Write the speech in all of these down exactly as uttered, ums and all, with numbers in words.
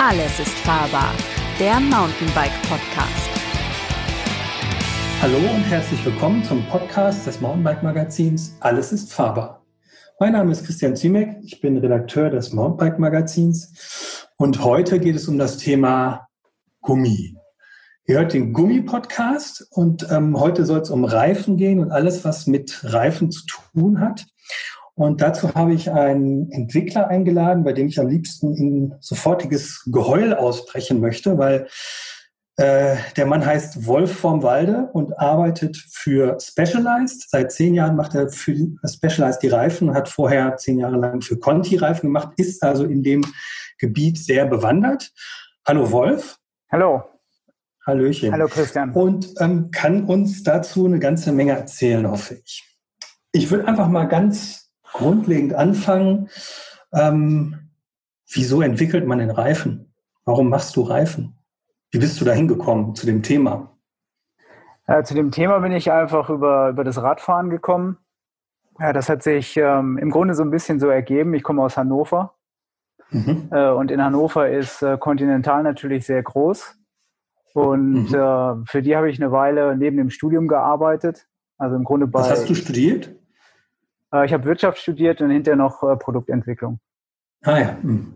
Alles ist fahrbar, der Mountainbike-Podcast. Hallo und herzlich willkommen zum Podcast des Mountainbike-Magazins Alles ist fahrbar. Mein Name ist Christian Ziemek, ich bin Redakteur des Mountainbike-Magazins und heute geht es um das Thema Gummi. Ihr hört den Gummi-Podcast und ähm, heute soll es um Reifen gehen und alles, was mit Reifen zu tun hat. Und dazu habe ich einen Entwickler eingeladen, bei dem ich am liebsten in sofortiges Geheul ausbrechen möchte, weil äh, der Mann heißt Wolf vorm Walde und arbeitet für Specialized. Seit zehn Jahren macht er für Specialized die Reifen, hat vorher zehn Jahre lang für Conti-Reifen gemacht, ist also in dem Gebiet sehr bewandert. Hallo Wolf. Hallo. Hallöchen. Hallo Christian. Und ähm, kann uns dazu eine ganze Menge erzählen, hoffe ich. Ich würde einfach mal ganz grundlegend anfangen. Ähm, wieso entwickelt man den Reifen? Warum machst du Reifen? Wie bist du da hingekommen zu dem Thema? Äh, zu dem Thema bin ich einfach über, über das Radfahren gekommen. Ja, das hat sich ähm, im Grunde so ein bisschen so ergeben. Ich komme aus Hannover. Mhm. Äh, und in Hannover ist äh, Continental natürlich sehr groß. Und mhm. äh, für die habe ich eine Weile neben dem Studium gearbeitet. Also im Grunde bei. Was hast du studiert? Äh, ich habe Wirtschaft studiert und hinterher noch äh, Produktentwicklung. Ah ja. Mhm.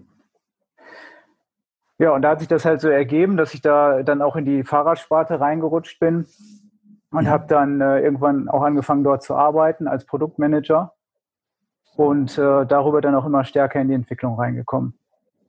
Ja, und da hat sich das halt so ergeben, dass ich da dann auch in die Fahrradsparte reingerutscht bin und mhm. habe dann äh, irgendwann auch angefangen, dort zu arbeiten als Produktmanager und äh, darüber dann auch immer stärker in die Entwicklung reingekommen.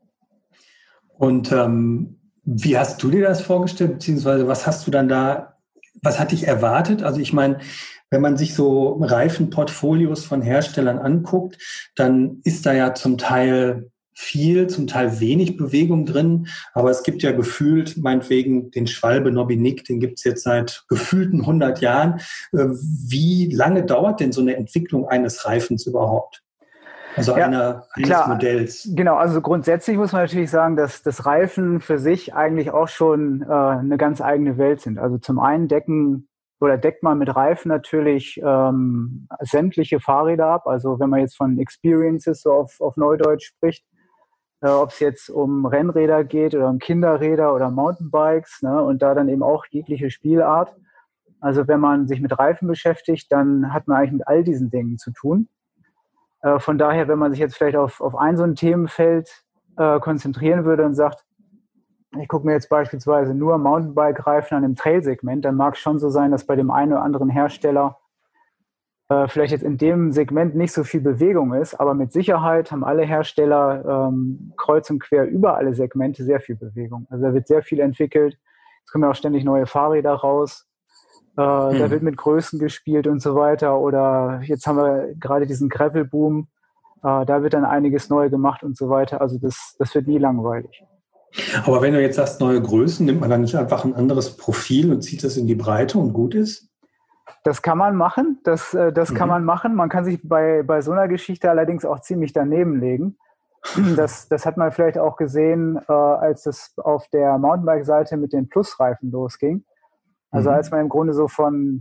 Und ähm, wie hast du dir das vorgestellt, beziehungsweise was hast du dann da, was hat dich erwartet? Also ich meine, wenn man sich so Reifenportfolios von Herstellern anguckt, dann ist da ja zum Teil viel, zum Teil wenig Bewegung drin, aber es gibt ja gefühlt, meinetwegen den Schwalbe Nobby-Nick, den gibt es jetzt seit gefühlten hundert Jahren. Wie lange dauert denn so eine Entwicklung eines Reifens überhaupt? Also ja, einer, eines klar, Modells. Genau, also grundsätzlich muss man natürlich sagen, dass das Reifen für sich eigentlich auch schon äh, eine ganz eigene Welt sind. Also zum einen decken oder deckt man mit Reifen natürlich ähm, sämtliche Fahrräder ab. Also wenn man jetzt von Experiences so auf, auf Neudeutsch spricht, äh, ob es jetzt um Rennräder geht oder um Kinderräder oder Mountainbikes, ne, und da dann eben auch jegliche Spielart. Also wenn man sich mit Reifen beschäftigt, dann hat man eigentlich mit all diesen Dingen zu tun. Äh, von daher, wenn man sich jetzt vielleicht auf, auf ein so ein Themenfeld äh, konzentrieren würde und sagt, ich gucke mir jetzt beispielsweise nur Mountainbike-Reifen an im Trail-Segment, dann mag es schon so sein, dass bei dem einen oder anderen Hersteller äh, vielleicht jetzt in dem Segment nicht so viel Bewegung ist, aber mit Sicherheit haben alle Hersteller ähm, kreuz und quer über alle Segmente sehr viel Bewegung. Also da wird sehr viel entwickelt. Es kommen ja auch ständig neue Fahrräder raus. Äh, hm. Da wird mit Größen gespielt und so weiter. Oder jetzt haben wir gerade diesen Gravel-Boom. Äh, da wird dann einiges neu gemacht und so weiter. Also das, das wird nie langweilig. Aber wenn du jetzt sagst, neue Größen, nimmt man dann nicht einfach ein anderes Profil und zieht das in die Breite und gut ist? Das kann man machen, das, das mhm. kann man machen. Man kann sich bei, bei so einer Geschichte allerdings auch ziemlich daneben legen. Das, das hat man vielleicht auch gesehen, äh, als es auf der Mountainbike-Seite mit den Plusreifen losging. Also mhm. als man im Grunde so von,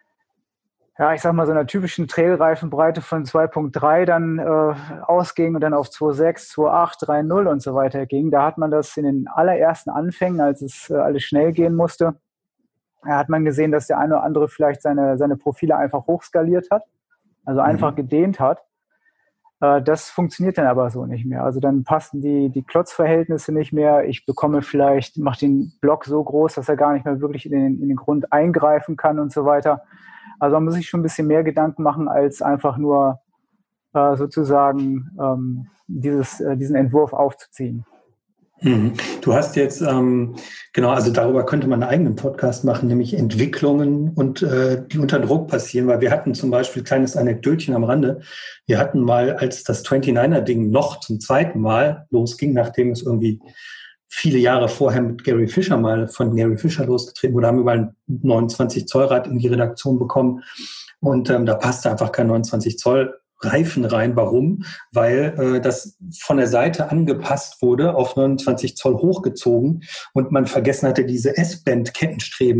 ja, ich sag mal, so einer typischen Trailreifenbreite von zwei Komma drei dann äh, ausging und dann auf zwei Komma sechs, zwei Komma acht, drei Komma null und so weiter ging. Da hat man das in den allerersten Anfängen, als es äh, alles schnell gehen musste, da hat man gesehen, dass der eine oder andere vielleicht seine, seine Profile einfach hochskaliert hat, also einfach mhm. gedehnt hat. Äh, das funktioniert dann aber so nicht mehr. Also dann passen die, die Klotzverhältnisse nicht mehr. Ich bekomme vielleicht, mache den Block so groß, dass er gar nicht mehr wirklich in den, in den Grund eingreifen kann und so weiter. Also man muss sich schon ein bisschen mehr Gedanken machen, als einfach nur äh, sozusagen ähm, dieses, äh, diesen Entwurf aufzuziehen. Mhm. Du hast jetzt, ähm, genau, also darüber könnte man einen eigenen Podcast machen, nämlich Entwicklungen und äh, die unter Druck passieren, weil wir hatten zum Beispiel ein kleines Anekdötchen am Rande. Wir hatten mal, als das neunundzwanziger-Ding noch zum zweiten Mal losging, nachdem es irgendwie viele Jahre vorher mit Gary Fisher mal von Gary Fisher losgetreten wurde, haben wir mal ein neunundzwanzig Zoll Rad in die Redaktion bekommen und ähm, da passte einfach kein neunundzwanzig Zoll Reifen rein. Warum? Weil äh, das von der Seite angepasst wurde, auf neunundzwanzig Zoll hochgezogen und man vergessen hatte, diese S-Band-Kettenstreben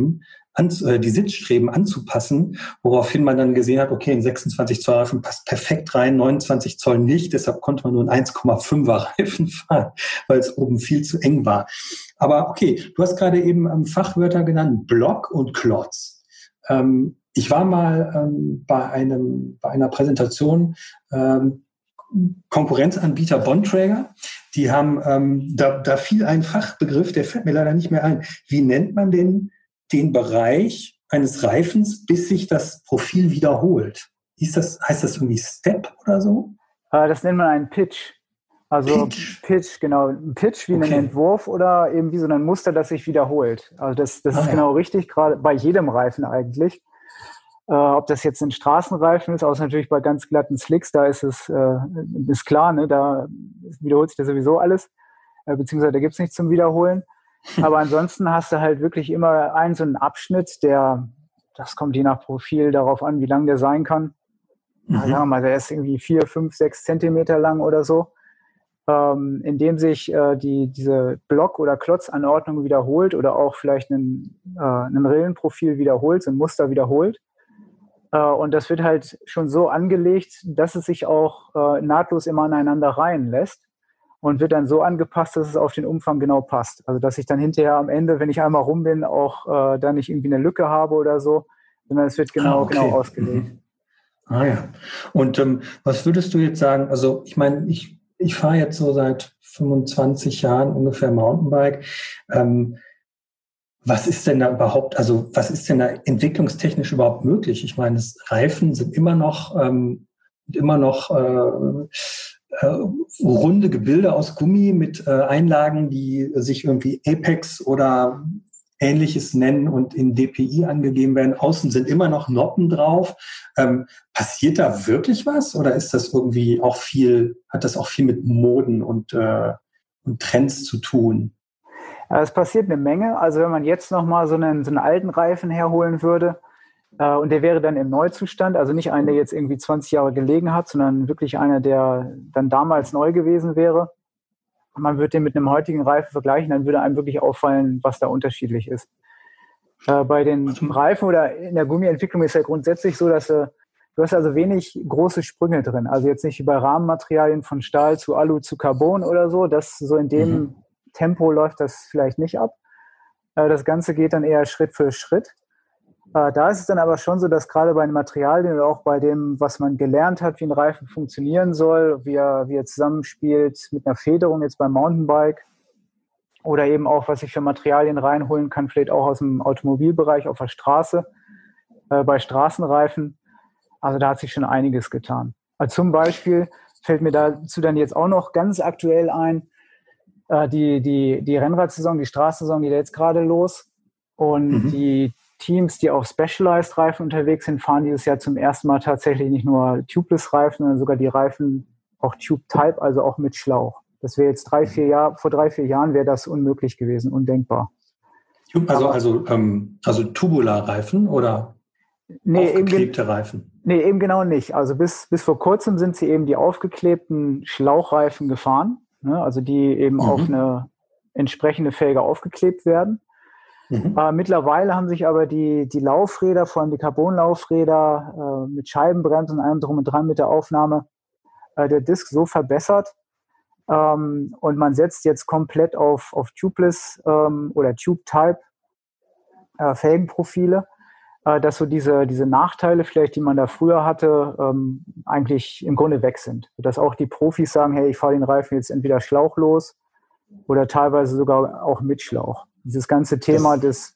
an, äh, die Sitzstreben anzupassen, woraufhin man dann gesehen hat, okay, ein sechsundzwanzig Zoll Reifen passt perfekt rein, neunundzwanzig Zoll nicht, deshalb konnte man nur einen eins Komma fünfer Reifen fahren, weil es oben viel zu eng war. Aber okay, du hast gerade eben ähm, Fachwörter genannt, Block und Klotz. Ähm, ich war mal ähm, bei einem bei einer Präsentation ähm, Konkurrenzanbieter Bontrager, die haben, ähm, da, da fiel ein Fachbegriff, der fällt mir leider nicht mehr ein. Wie nennt man denn den Bereich eines Reifens, bis sich das Profil wiederholt? Ist das, heißt das irgendwie Step oder so? Äh, das nennt man einen Pitch. Also Pitch, Pitch genau. Ein Pitch wie okay. Ein Entwurf oder eben wie so ein Muster, das sich wiederholt. Also das, das ah, ist ja. genau richtig, gerade bei jedem Reifen eigentlich. Äh, ob das jetzt ein Straßenreifen ist, außer natürlich bei ganz glatten Slicks, da ist es äh, ist klar, ne, da wiederholt sich das sowieso alles, äh, beziehungsweise da gibt's nichts zum Wiederholen. Aber ansonsten hast du halt wirklich immer einen so einen Abschnitt, der, das kommt je nach Profil darauf an, wie lang der sein kann. Mhm. Also sagen wir mal, der ist irgendwie vier, fünf, sechs Zentimeter lang oder so, ähm, in dem sich äh, die diese Block- oder Klotzanordnung wiederholt oder auch vielleicht ein, äh, ein Rillenprofil wiederholt, so ein Muster wiederholt. Und das wird halt schon so angelegt, dass es sich auch äh, nahtlos immer aneinander reihen lässt und wird dann so angepasst, dass es auf den Umfang genau passt. Also dass ich dann hinterher am Ende, wenn ich einmal rum bin, auch äh, da nicht irgendwie eine Lücke habe oder so, sondern es wird genau, ah, okay. genau ausgelegt. Mhm. Ah ja. Und ähm, was würdest du jetzt sagen, also ich meine, ich, ich fahre jetzt so seit fünfundzwanzig Jahren ungefähr Mountainbike. Ähm, Was ist denn da überhaupt, also was ist denn da entwicklungstechnisch überhaupt möglich? Ich meine, das Reifen sind immer noch ähm, immer noch äh, äh, runde Gebilde aus Gummi mit äh, Einlagen, die sich irgendwie Apex oder Ähnliches nennen und in D P I angegeben werden. Außen sind immer noch Noppen drauf. Ähm, passiert da wirklich was oder ist das irgendwie auch viel, hat das auch viel mit Moden und, äh, und Trends zu tun? Es passiert eine Menge. Also wenn man jetzt nochmal so einen, so einen alten Reifen herholen würde äh, und der wäre dann im Neuzustand, also nicht einer, der jetzt irgendwie zwanzig Jahre gelegen hat, sondern wirklich einer, der dann damals neu gewesen wäre. Man würde den mit einem heutigen Reifen vergleichen, dann würde einem wirklich auffallen, was da unterschiedlich ist. Äh, bei den Reifen oder in der Gummientwicklung ist ja grundsätzlich so, dass äh, du hast also wenig große Sprünge drin. Also jetzt nicht wie bei Rahmenmaterialien von Stahl zu Alu zu Carbon oder so, das so in dem mhm. Tempo läuft das vielleicht nicht ab. Das Ganze geht dann eher Schritt für Schritt. Da ist es dann aber schon so, dass gerade bei den Materialien oder auch bei dem, was man gelernt hat, wie ein Reifen funktionieren soll, wie er, wie er zusammenspielt mit einer Federung jetzt beim Mountainbike oder eben auch, was ich für Materialien reinholen kann, vielleicht auch aus dem Automobilbereich auf der Straße, äh, bei Straßenreifen. Also da hat sich schon einiges getan. Also zum Beispiel fällt mir dazu dann jetzt auch noch ganz aktuell ein, Die, die, die Rennradsaison, die Straßensaison geht jetzt gerade los und mhm. die Teams, die auf Specialized-Reifen unterwegs sind, fahren dieses Jahr zum ersten Mal tatsächlich nicht nur Tubeless-Reifen, sondern sogar die Reifen auch Tube-Type, also auch mit Schlauch. Das wäre jetzt drei, vier Jahre, vor drei, vier Jahren wäre das unmöglich gewesen, undenkbar. Also, also, ähm, also Tubular-Reifen oder nee, aufgeklebte eben, Reifen? Nee, eben genau nicht. Also bis, bis vor kurzem sind sie eben die aufgeklebten Schlauchreifen gefahren. Also die eben mhm. auf eine entsprechende Felge aufgeklebt werden. Mhm. Äh, mittlerweile haben sich aber die, die Laufräder, vor allem die Carbon-Laufräder äh, mit Scheibenbremsen und allem drum und dran mit der Aufnahme äh, der Disk so verbessert. Ähm, und man setzt jetzt komplett auf, auf Tubeless ähm, oder Tube-Type äh, Felgenprofile, äh, dass so diese, diese Nachteile vielleicht, die man da früher hatte, ähm, eigentlich im Grunde weg sind. Dass auch die Profis sagen, hey, ich fahre den Reifen jetzt entweder schlauchlos oder teilweise sogar auch mit Schlauch. Dieses ganze Thema das, des,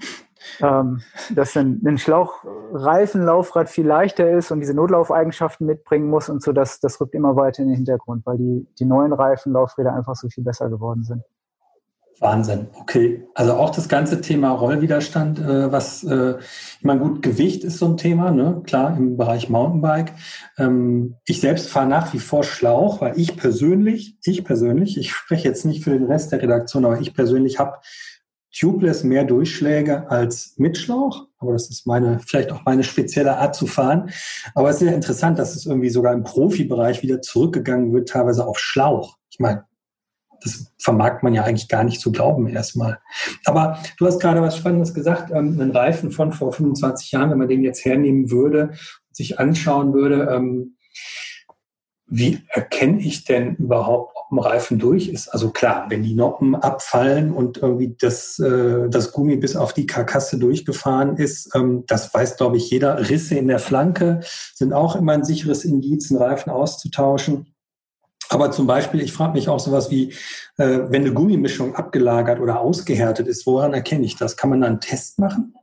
ähm, dass ein, ein Schlauchreifenlaufrad viel leichter ist und diese Notlaufeigenschaften mitbringen muss und so, das, das rückt immer weiter in den Hintergrund, weil die, die neuen Reifenlaufräder einfach so viel besser geworden sind. Wahnsinn, okay. Also auch das ganze Thema Rollwiderstand, äh, was, äh, ich meine, gut, Gewicht ist so ein Thema, ne? Klar, im Bereich Mountainbike. Ähm, ich selbst fahre nach wie vor Schlauch, weil ich persönlich, ich persönlich, ich spreche jetzt nicht für den Rest der Redaktion, aber ich persönlich habe Tubeless mehr Durchschläge als mit Schlauch. Aber das ist meine, vielleicht auch meine spezielle Art zu fahren. Aber es ist sehr interessant, dass es irgendwie sogar im Profibereich wieder zurückgegangen wird, teilweise auf Schlauch. Ich meine, das vermag man ja eigentlich gar nicht zu glauben erstmal. Aber du hast gerade was Spannendes gesagt, ähm, einen Reifen von vor fünfundzwanzig Jahren, wenn man den jetzt hernehmen würde, sich anschauen würde, ähm, wie erkenne ich denn überhaupt, ob ein Reifen durch ist? Also klar, wenn die Noppen abfallen und irgendwie das, äh, das Gummi bis auf die Karkasse durchgefahren ist, ähm, das weiß, glaube ich, jeder. Risse in der Flanke sind auch immer ein sicheres Indiz, einen Reifen auszutauschen. Aber zum Beispiel, ich frage mich auch sowas wie, äh, wenn eine Gummimischung abgelagert oder ausgehärtet ist, woran erkenne ich das? Kann man da einen Test machen?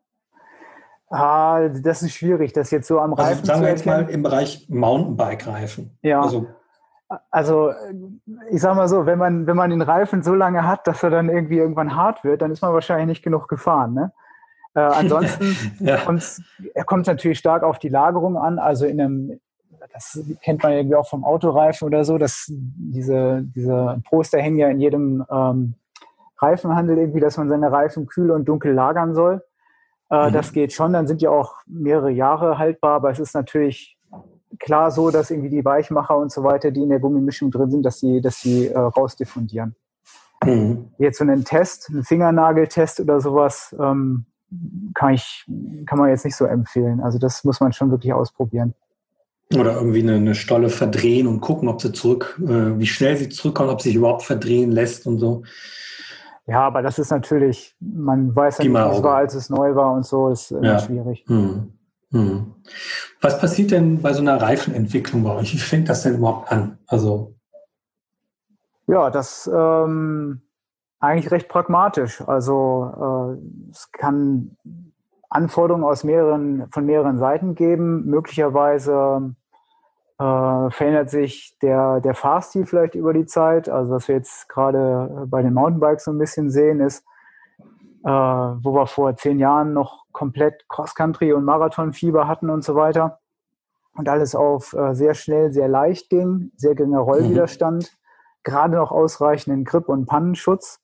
Ah, das ist schwierig, das jetzt so am Reifen also, sagen zu wir jetzt erkennen. mal im Bereich Mountainbike-Reifen. Ja. Also, Also ich sag mal so, wenn man, wenn man den Reifen so lange hat, dass er dann irgendwie irgendwann hart wird, dann ist man wahrscheinlich nicht genug gefahren. Ne? Äh, ansonsten ja. kommt es natürlich stark auf die Lagerung an. Also in einem, das kennt man irgendwie auch vom Autoreifen oder so, dass diese, diese Poster hängen ja in jedem ähm, Reifenhandel irgendwie, dass man seine Reifen kühl und dunkel lagern soll. Äh, mhm. Das geht schon, dann sind die auch mehrere Jahre haltbar, aber es ist natürlich klar so, dass irgendwie die Weichmacher und so weiter, die in der Gummimischung drin sind, dass sie, dass sie äh, rausdiffundieren. Mhm. Jetzt so einen Test, einen Fingernageltest oder sowas, ähm, kann ich, kann man jetzt nicht so empfehlen. Also das muss man schon wirklich ausprobieren. Oder irgendwie eine, eine Stolle verdrehen und gucken, ob sie zurück, äh, wie schnell sie zurückkommt, ob sie sich überhaupt verdrehen lässt und so. Ja, aber das ist natürlich, man weiß ja nicht, wie es war, als es neu war und so, ist immer ja. schwierig. Mhm. Hm. Was passiert denn bei so einer Reifenentwicklung bei euch? Wie fängt das denn überhaupt an? Also ja, das ähm, eigentlich recht pragmatisch. Also äh, es kann Anforderungen aus mehreren, von mehreren Seiten geben. Möglicherweise äh, verändert sich der, der Fahrstil vielleicht über die Zeit. Also was wir jetzt gerade bei den Mountainbikes so ein bisschen sehen, ist, äh, wo wir vor zehn Jahren noch komplett Cross-Country und Marathonfieber hatten und so weiter und alles auf äh, sehr schnell, sehr leicht ging, sehr geringer Rollwiderstand, mhm. gerade noch ausreichenden Grip- und Pannenschutz.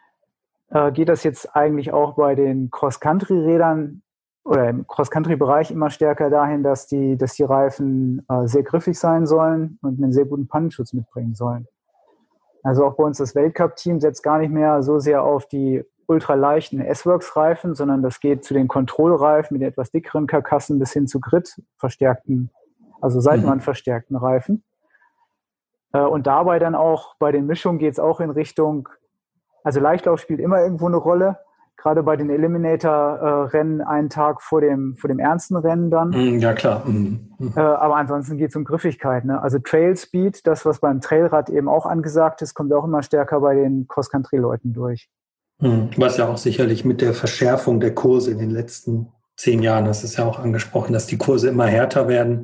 Äh, geht das jetzt eigentlich auch bei den Cross-Country-Rädern oder im Cross-Country-Bereich immer stärker dahin, dass die, dass die Reifen äh, sehr griffig sein sollen und einen sehr guten Pannenschutz mitbringen sollen. Also auch bei uns das Weltcup-Team setzt gar nicht mehr so sehr auf die ultraleichten S-Works-Reifen, sondern das geht zu den Control-Reifen mit etwas dickeren Karkassen bis hin zu Grid-verstärkten, also Seitenwand-verstärkten Reifen. Äh, und dabei dann auch, bei den Mischungen geht es auch in Richtung, also Leichtlauf spielt immer irgendwo eine Rolle, gerade bei den Eliminator-Rennen äh, einen Tag vor dem, vor dem ernsten Rennen dann. Ja, klar. Mhm. Äh, aber ansonsten geht es um Griffigkeit. Ne? Also Trail-Speed, das, was beim Trailrad eben auch angesagt ist, kommt auch immer stärker bei den Cross-Country-Leuten durch. Was ja auch sicherlich mit der Verschärfung der Kurse in den letzten zehn Jahren, das ist ja auch angesprochen, dass die Kurse immer härter werden,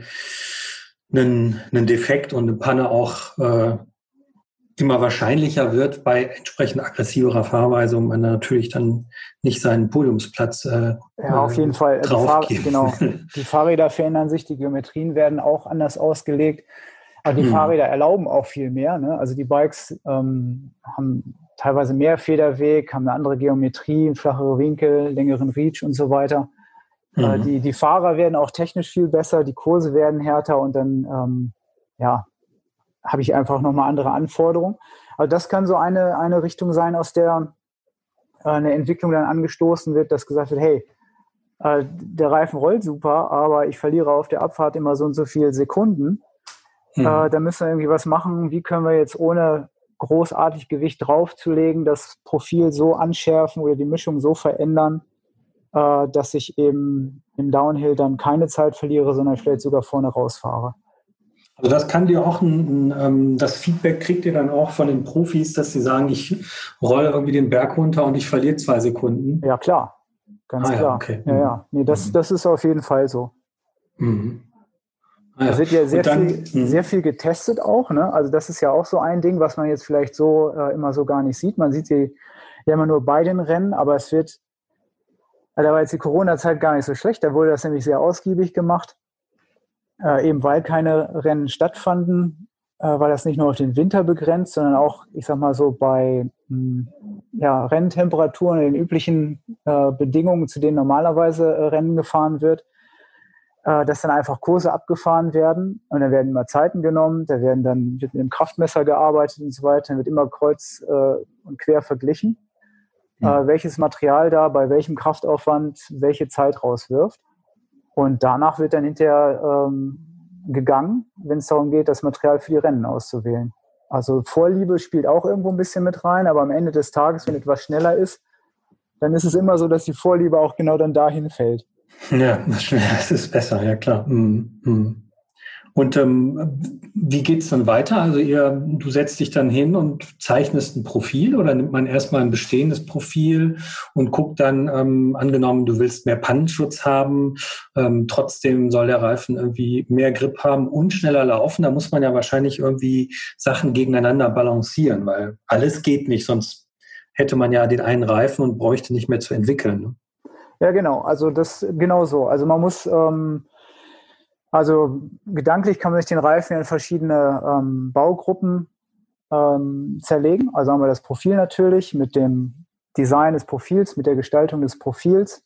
ein, ein Defekt und eine Panne auch äh, immer wahrscheinlicher wird bei entsprechend aggressiverer Fahrweise und man natürlich dann nicht seinen Podiumsplatz äh, ja, auf jeden Fall. Die, Fahr- genau. Die Fahrräder verändern sich, die Geometrien werden auch anders ausgelegt, aber die hm. Fahrräder erlauben auch viel mehr. Ne? Also die Bikes ähm, haben teilweise mehr Federweg, haben eine andere Geometrie, flachere Winkel, längeren Reach und so weiter. Mhm. Äh, die, die Fahrer werden auch technisch viel besser, die Kurse werden härter und dann ähm, ja, habe ich einfach nochmal andere Anforderungen. Also das kann so eine, eine Richtung sein, aus der äh, eine Entwicklung dann angestoßen wird, dass gesagt wird, hey, äh, der Reifen rollt super, aber ich verliere auf der Abfahrt immer so und so viele Sekunden. Mhm. Äh, da müssen wir irgendwie was machen. Wie können wir jetzt ohne großartig Gewicht draufzulegen, das Profil so anschärfen oder die Mischung so verändern, äh, dass ich eben im Downhill dann keine Zeit verliere, sondern vielleicht sogar vorne rausfahre. Also das kann dir auch ein, ein, das Feedback kriegt ihr dann auch von den Profis, dass sie sagen, ich rolle irgendwie den Berg runter und ich verliere zwei Sekunden. Ja, klar. Ganz ah, klar. Ja, okay. ja, ja. Nee, das, mhm. das ist auf jeden Fall so. Mhm. Ah, ja. Da wird ja sehr, dann, viel, sehr viel getestet auch. Ne? Also das ist ja auch so ein Ding, was man jetzt vielleicht so äh, immer so gar nicht sieht. Man sieht sie ja immer nur bei den Rennen, aber es wird, da war jetzt die Corona-Zeit gar nicht so schlecht, da wurde das nämlich sehr ausgiebig gemacht. Äh, eben weil keine Rennen stattfanden, äh, war das nicht nur auf den Winter begrenzt, sondern auch, ich sag mal so, bei mh, ja, Renntemperaturen, den üblichen äh, Bedingungen, zu denen normalerweise äh, Rennen gefahren wird. äh, dass dann einfach Kurse abgefahren werden und dann werden immer Zeiten genommen, da werden dann wird mit dem Kraftmesser gearbeitet und so weiter, dann wird immer kreuz äh, und quer verglichen, mhm. äh, welches Material da bei welchem Kraftaufwand welche Zeit rauswirft. Und danach wird dann hinterher ähm, gegangen, wenn es darum geht, das Material für die Rennen auszuwählen. Also Vorliebe spielt auch irgendwo ein bisschen mit rein, aber am Ende des Tages, wenn etwas schneller ist, dann ist es immer so, dass die Vorliebe auch genau dann dahin fällt. Ja, das ist besser, ja klar. Mhm. Und ähm, wie geht's dann weiter? Also ihr, du setzt dich dann hin und zeichnest ein Profil oder nimmt man erstmal ein bestehendes Profil und guckt dann, ähm, angenommen, du willst mehr Pannenschutz haben, ähm, trotzdem soll der Reifen irgendwie mehr Grip haben und schneller laufen. Da muss man ja wahrscheinlich irgendwie Sachen gegeneinander balancieren, weil alles geht nicht, sonst hätte man ja den einen Reifen und bräuchte nicht mehr zu entwickeln. Ne? Ja, genau. Also das genau so. Also man muss ähm, Also gedanklich kann man sich den Reifen in verschiedene ähm, Baugruppen ähm, zerlegen. Also haben wir das Profil natürlich mit dem Design des Profils, mit der Gestaltung des Profils.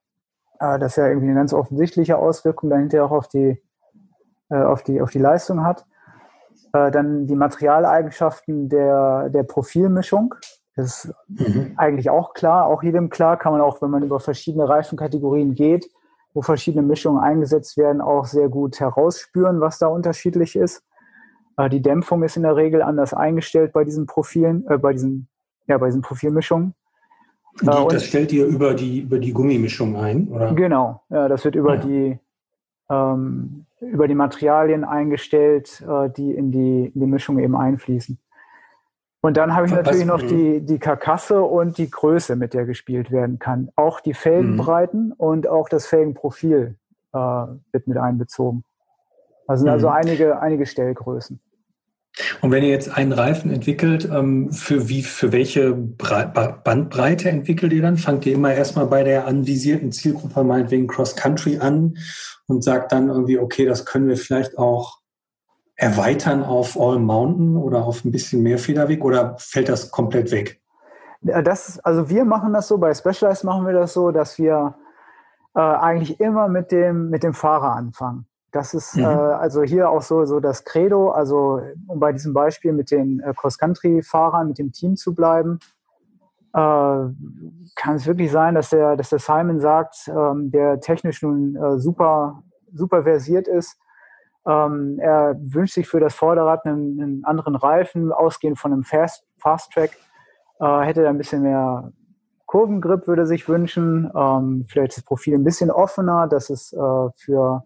Äh, das ja irgendwie eine ganz offensichtliche Auswirkung dahinter auch auf die, äh, auf die, auf die Leistung hat. Äh, dann die Materialeigenschaften der, der Profilmischung. Das ist mhm. eigentlich auch klar, auch jedem klar, kann man auch, wenn man über verschiedene Reifenkategorien geht, wo verschiedene Mischungen eingesetzt werden, auch sehr gut herausspüren, was da unterschiedlich ist. Äh, die Dämpfung ist in der Regel anders eingestellt bei diesen Profilen, äh, bei diesen, ja, bei diesen Profilmischungen. Die, äh, das stellt ihr über die, über die Gummimischung ein, oder? Genau, ja, das wird über ja. die, ähm, über die Materialien eingestellt, äh, die in die, in die Mischung eben einfließen. Und dann habe ich was, natürlich noch die, die Karkasse und die Größe, mit der gespielt werden kann. Auch die Felgenbreiten mhm. und auch das Felgenprofil äh, wird mit einbezogen. Also sind mhm. also einige, einige Stellgrößen. Und wenn ihr jetzt einen Reifen entwickelt, ähm, für wie, für welche Bre- Bandbreite entwickelt ihr dann? Fangt ihr immer erstmal bei der anvisierten Zielgruppe, meinetwegen Cross Country an und sagt dann irgendwie, okay, das können wir vielleicht auch erweitern auf All Mountain oder auf ein bisschen mehr Federweg oder fällt das komplett weg? Das, also wir machen das so, bei Specialized machen wir das so, dass wir äh, eigentlich immer mit dem, mit dem Fahrer anfangen. Das ist mhm. äh, also hier auch so, so das Credo, also um bei diesem Beispiel mit den äh, Cross-Country-Fahrern, mit dem Team zu bleiben, äh, kann es wirklich sein, dass der, dass der Simon sagt, ähm, der technisch nun äh, super, super versiert ist. Ähm, er wünscht sich für das Vorderrad einen, einen anderen Reifen, ausgehend von einem Fast, Fast Track. Äh, hätte er ein bisschen mehr Kurvengrip, würde er sich wünschen. Ähm, vielleicht das Profil ein bisschen offener, dass es äh, für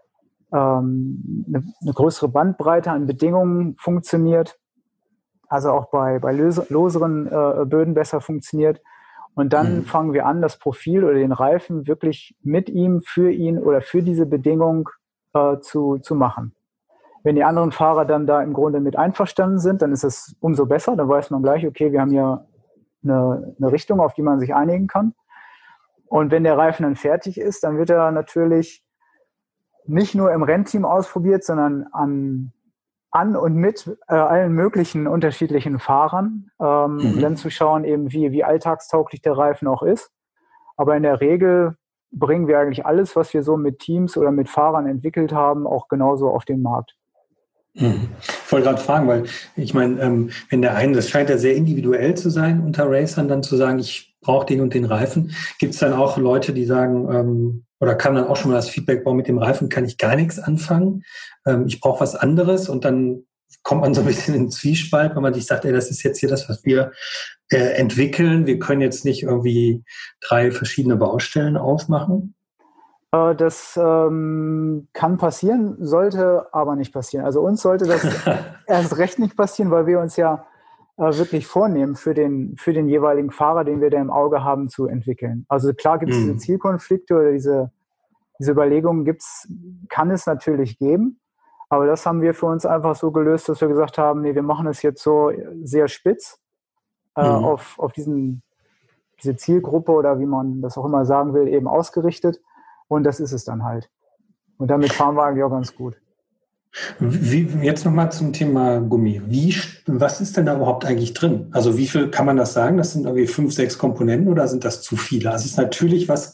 ähm, eine, eine größere Bandbreite an Bedingungen funktioniert. Also auch bei, bei löse, loseren äh, Böden besser funktioniert. Und dann mhm. fangen wir an, das Profil oder den Reifen wirklich mit ihm, für ihn oder für diese Bedingung äh, zu, zu machen. Wenn die anderen Fahrer dann da im Grunde mit einverstanden sind, dann ist es umso besser. Dann weiß man gleich, okay, wir haben hier eine, eine Richtung, auf die man sich einigen kann. Und wenn der Reifen dann fertig ist, dann wird er natürlich nicht nur im Rennteam ausprobiert, sondern an, an und mit äh, allen möglichen unterschiedlichen Fahrern, ähm, mhm. um dann zu schauen, eben wie, wie alltagstauglich der Reifen auch ist. Aber in der Regel bringen wir eigentlich alles, was wir so mit Teams oder mit Fahrern entwickelt haben, auch genauso auf den Markt. Hm. Ich wollte gerade fragen, weil ich meine, ähm, wenn der eine, das scheint ja sehr individuell zu sein unter Racern, dann zu sagen, ich brauche den und den Reifen. Gibt es dann auch Leute, die sagen, ähm, oder kam dann auch schon mal das Feedback, boah, mit dem Reifen kann ich gar nichts anfangen, ähm, ich brauche was anderes und dann kommt man so ein bisschen in den Zwiespalt, wenn man sich sagt, ey, das ist jetzt hier das, was wir äh, entwickeln, wir können jetzt nicht irgendwie drei verschiedene Baustellen aufmachen. Das ähm, kann passieren, sollte aber nicht passieren. Also uns sollte das erst recht nicht passieren, weil wir uns ja äh, wirklich vornehmen, für den, für den jeweiligen Fahrer, den wir da im Auge haben, zu entwickeln. Also klar gibt es mhm. diese Zielkonflikte oder diese, diese Überlegungen gibt's, kann es natürlich geben. Aber das haben wir für uns einfach so gelöst, dass wir gesagt haben, nee, wir machen es jetzt so sehr spitz äh, mhm. auf, auf diesen, diese Zielgruppe oder wie man das auch immer sagen will, eben ausgerichtet. Und das ist es dann halt. Und damit fahren wir eigentlich auch ganz gut. Wie, jetzt nochmal zum Thema Gummi. Wie, was ist denn da überhaupt eigentlich drin? Also wie viel kann man das sagen? Das sind irgendwie fünf, sechs Komponenten oder sind das zu viele? Also es ist natürlich was,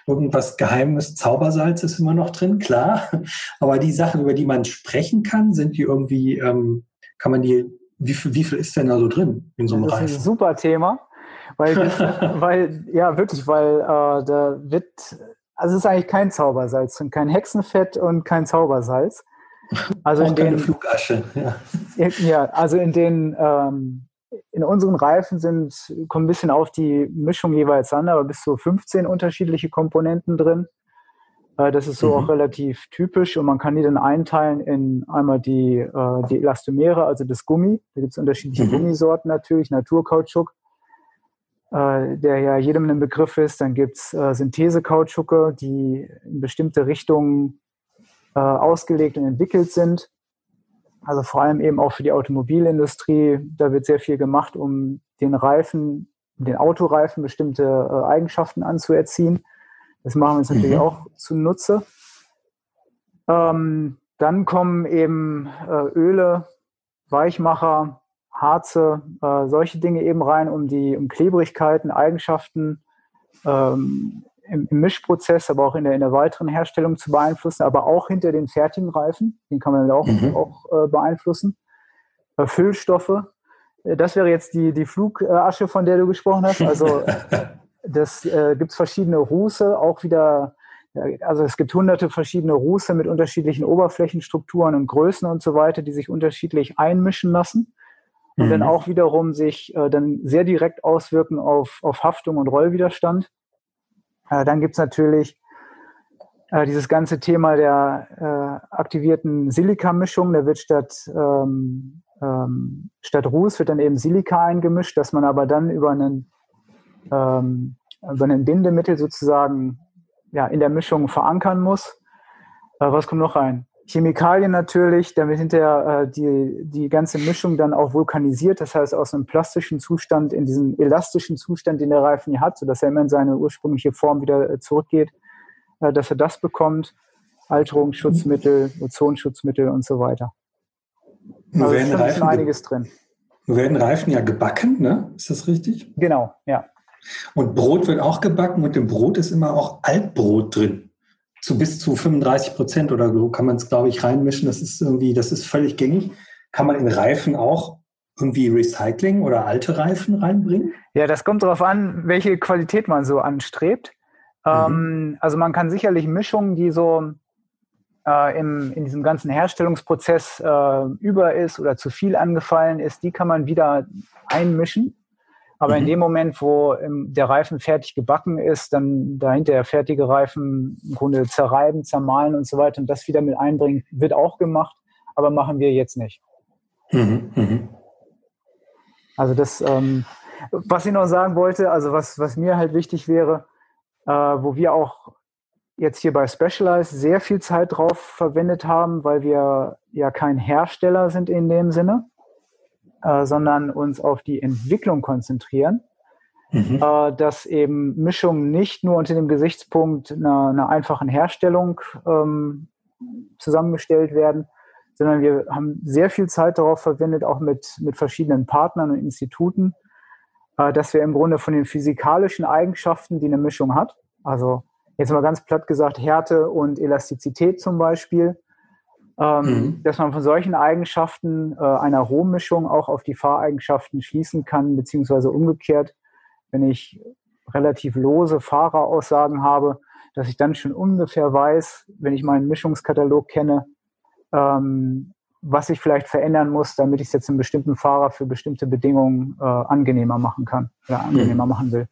irgendwas Geheimes, Zaubersalz ist immer noch drin, klar. Aber die Sachen, über die man sprechen kann, sind die irgendwie, ähm, kann man die, wie viel, wie viel ist denn da so drin in so einem Reifen? Das ist ein super Thema, weil, das, weil ja wirklich, weil äh, da wird, also es ist eigentlich kein Zaubersalz und kein Hexenfett und kein Zaubersalz. Also auch in keine den, Flugasche. Ja, ja also in den ähm, in unseren Reifen sind, kommen ein bisschen auf die Mischung jeweils an, aber bis zu fünfzehn unterschiedliche Komponenten drin. Äh, das ist so mhm. auch relativ typisch und man kann die dann einteilen in einmal die, äh, die Elastomere, also das Gummi. Da gibt es unterschiedliche mhm. Gummisorten natürlich, Naturkautschuk, äh, der ja jedem ein Begriff ist. Dann gibt es äh, Synthese-Kautschuke, die in bestimmte Richtungen äh, ausgelegt und entwickelt sind. Also vor allem eben auch für die Automobilindustrie, da wird sehr viel gemacht, um den Reifen, den Autoreifen bestimmte äh, Eigenschaften anzuerziehen. Das machen wir uns natürlich mhm. auch zunutze. Ähm, dann kommen eben äh, Öle, Weichmacher, Harze, äh, solche Dinge eben rein, um die um Klebrigkeiten, Eigenschaften ähm, im, im Mischprozess, aber auch in der, in der weiteren Herstellung zu beeinflussen, aber auch hinter den fertigen Reifen, den kann man auch, mhm. auch äh, beeinflussen. Äh, Füllstoffe, äh, das wäre jetzt die, die Flugasche, von der du gesprochen hast. Also das äh, gibt es verschiedene Ruße, auch wieder, äh, also es gibt hunderte verschiedene Ruße mit unterschiedlichen Oberflächenstrukturen und Größen und so weiter, die sich unterschiedlich einmischen lassen und mhm. dann auch wiederum sich äh, dann sehr direkt auswirken auf, auf Haftung und Rollwiderstand. Äh, dann gibt es natürlich äh, dieses ganze Thema der äh, aktivierten Silikamischung. Da wird statt, ähm, ähm, statt Ruß wird dann eben Silika eingemischt, dass man aber dann über einen, ähm, über ein Bindemittel sozusagen ja, in der Mischung verankern muss. Äh, was kommt noch rein? Chemikalien natürlich, damit hinterher äh, die, die ganze Mischung dann auch vulkanisiert, das heißt aus einem plastischen Zustand in diesen elastischen Zustand, den der Reifen hier hat, sodass er immer in seine ursprüngliche Form wieder äh, zurückgeht, äh, dass er das bekommt. Alterungsschutzmittel, Ozonschutzmittel und so weiter. Also ist schon Reifen, einiges drin. Nun werden Reifen ja gebacken, ne? Ist das richtig? Genau, ja. Und Brot wird auch gebacken und im Brot ist immer auch Altbrot drin. Zu bis zu fünfunddreißig Prozent oder so kann man es, glaube ich, reinmischen. Das ist irgendwie, das ist völlig gängig. Kann man in Reifen auch irgendwie Recycling oder alte Reifen reinbringen? Ja, das kommt darauf an, welche Qualität man so anstrebt. Mhm. Ähm, also man kann sicherlich Mischungen, die so äh, im, in diesem ganzen Herstellungsprozess äh, über ist oder zu viel angefallen ist, die kann man wieder einmischen. Aber mhm. in dem Moment, wo ähm, der Reifen fertig gebacken ist, dann dahinter der fertige Reifen im Grunde zerreiben, zermahlen und so weiter und das wieder mit einbringen, wird auch gemacht, aber machen wir jetzt nicht. Mhm. Mhm. Also das, ähm, was ich noch sagen wollte, also was, was mir halt wichtig wäre, äh, wo wir auch jetzt hier bei Specialized sehr viel Zeit drauf verwendet haben, weil wir ja kein Hersteller sind in dem Sinne, Äh, sondern uns auf die Entwicklung konzentrieren, mhm. äh, dass eben Mischungen nicht nur unter dem Gesichtspunkt einer, einer einfachen Herstellung ähm, zusammengestellt werden, sondern wir haben sehr viel Zeit darauf verwendet, auch mit, mit verschiedenen Partnern und Instituten, äh, dass wir im Grunde von den physikalischen Eigenschaften, die eine Mischung hat, also jetzt mal ganz platt gesagt Härte und Elastizität zum Beispiel, Ähm, mhm. dass man von solchen Eigenschaften äh, einer Rohmischung auch auf die Fahreigenschaften schließen kann, beziehungsweise umgekehrt, wenn ich relativ lose Fahreraussagen habe, dass ich dann schon ungefähr weiß, wenn ich meinen Mischungskatalog kenne, ähm, was ich vielleicht verändern muss, damit ich es jetzt einem bestimmten Fahrer für bestimmte Bedingungen äh, angenehmer machen kann oder angenehmer mhm. machen will.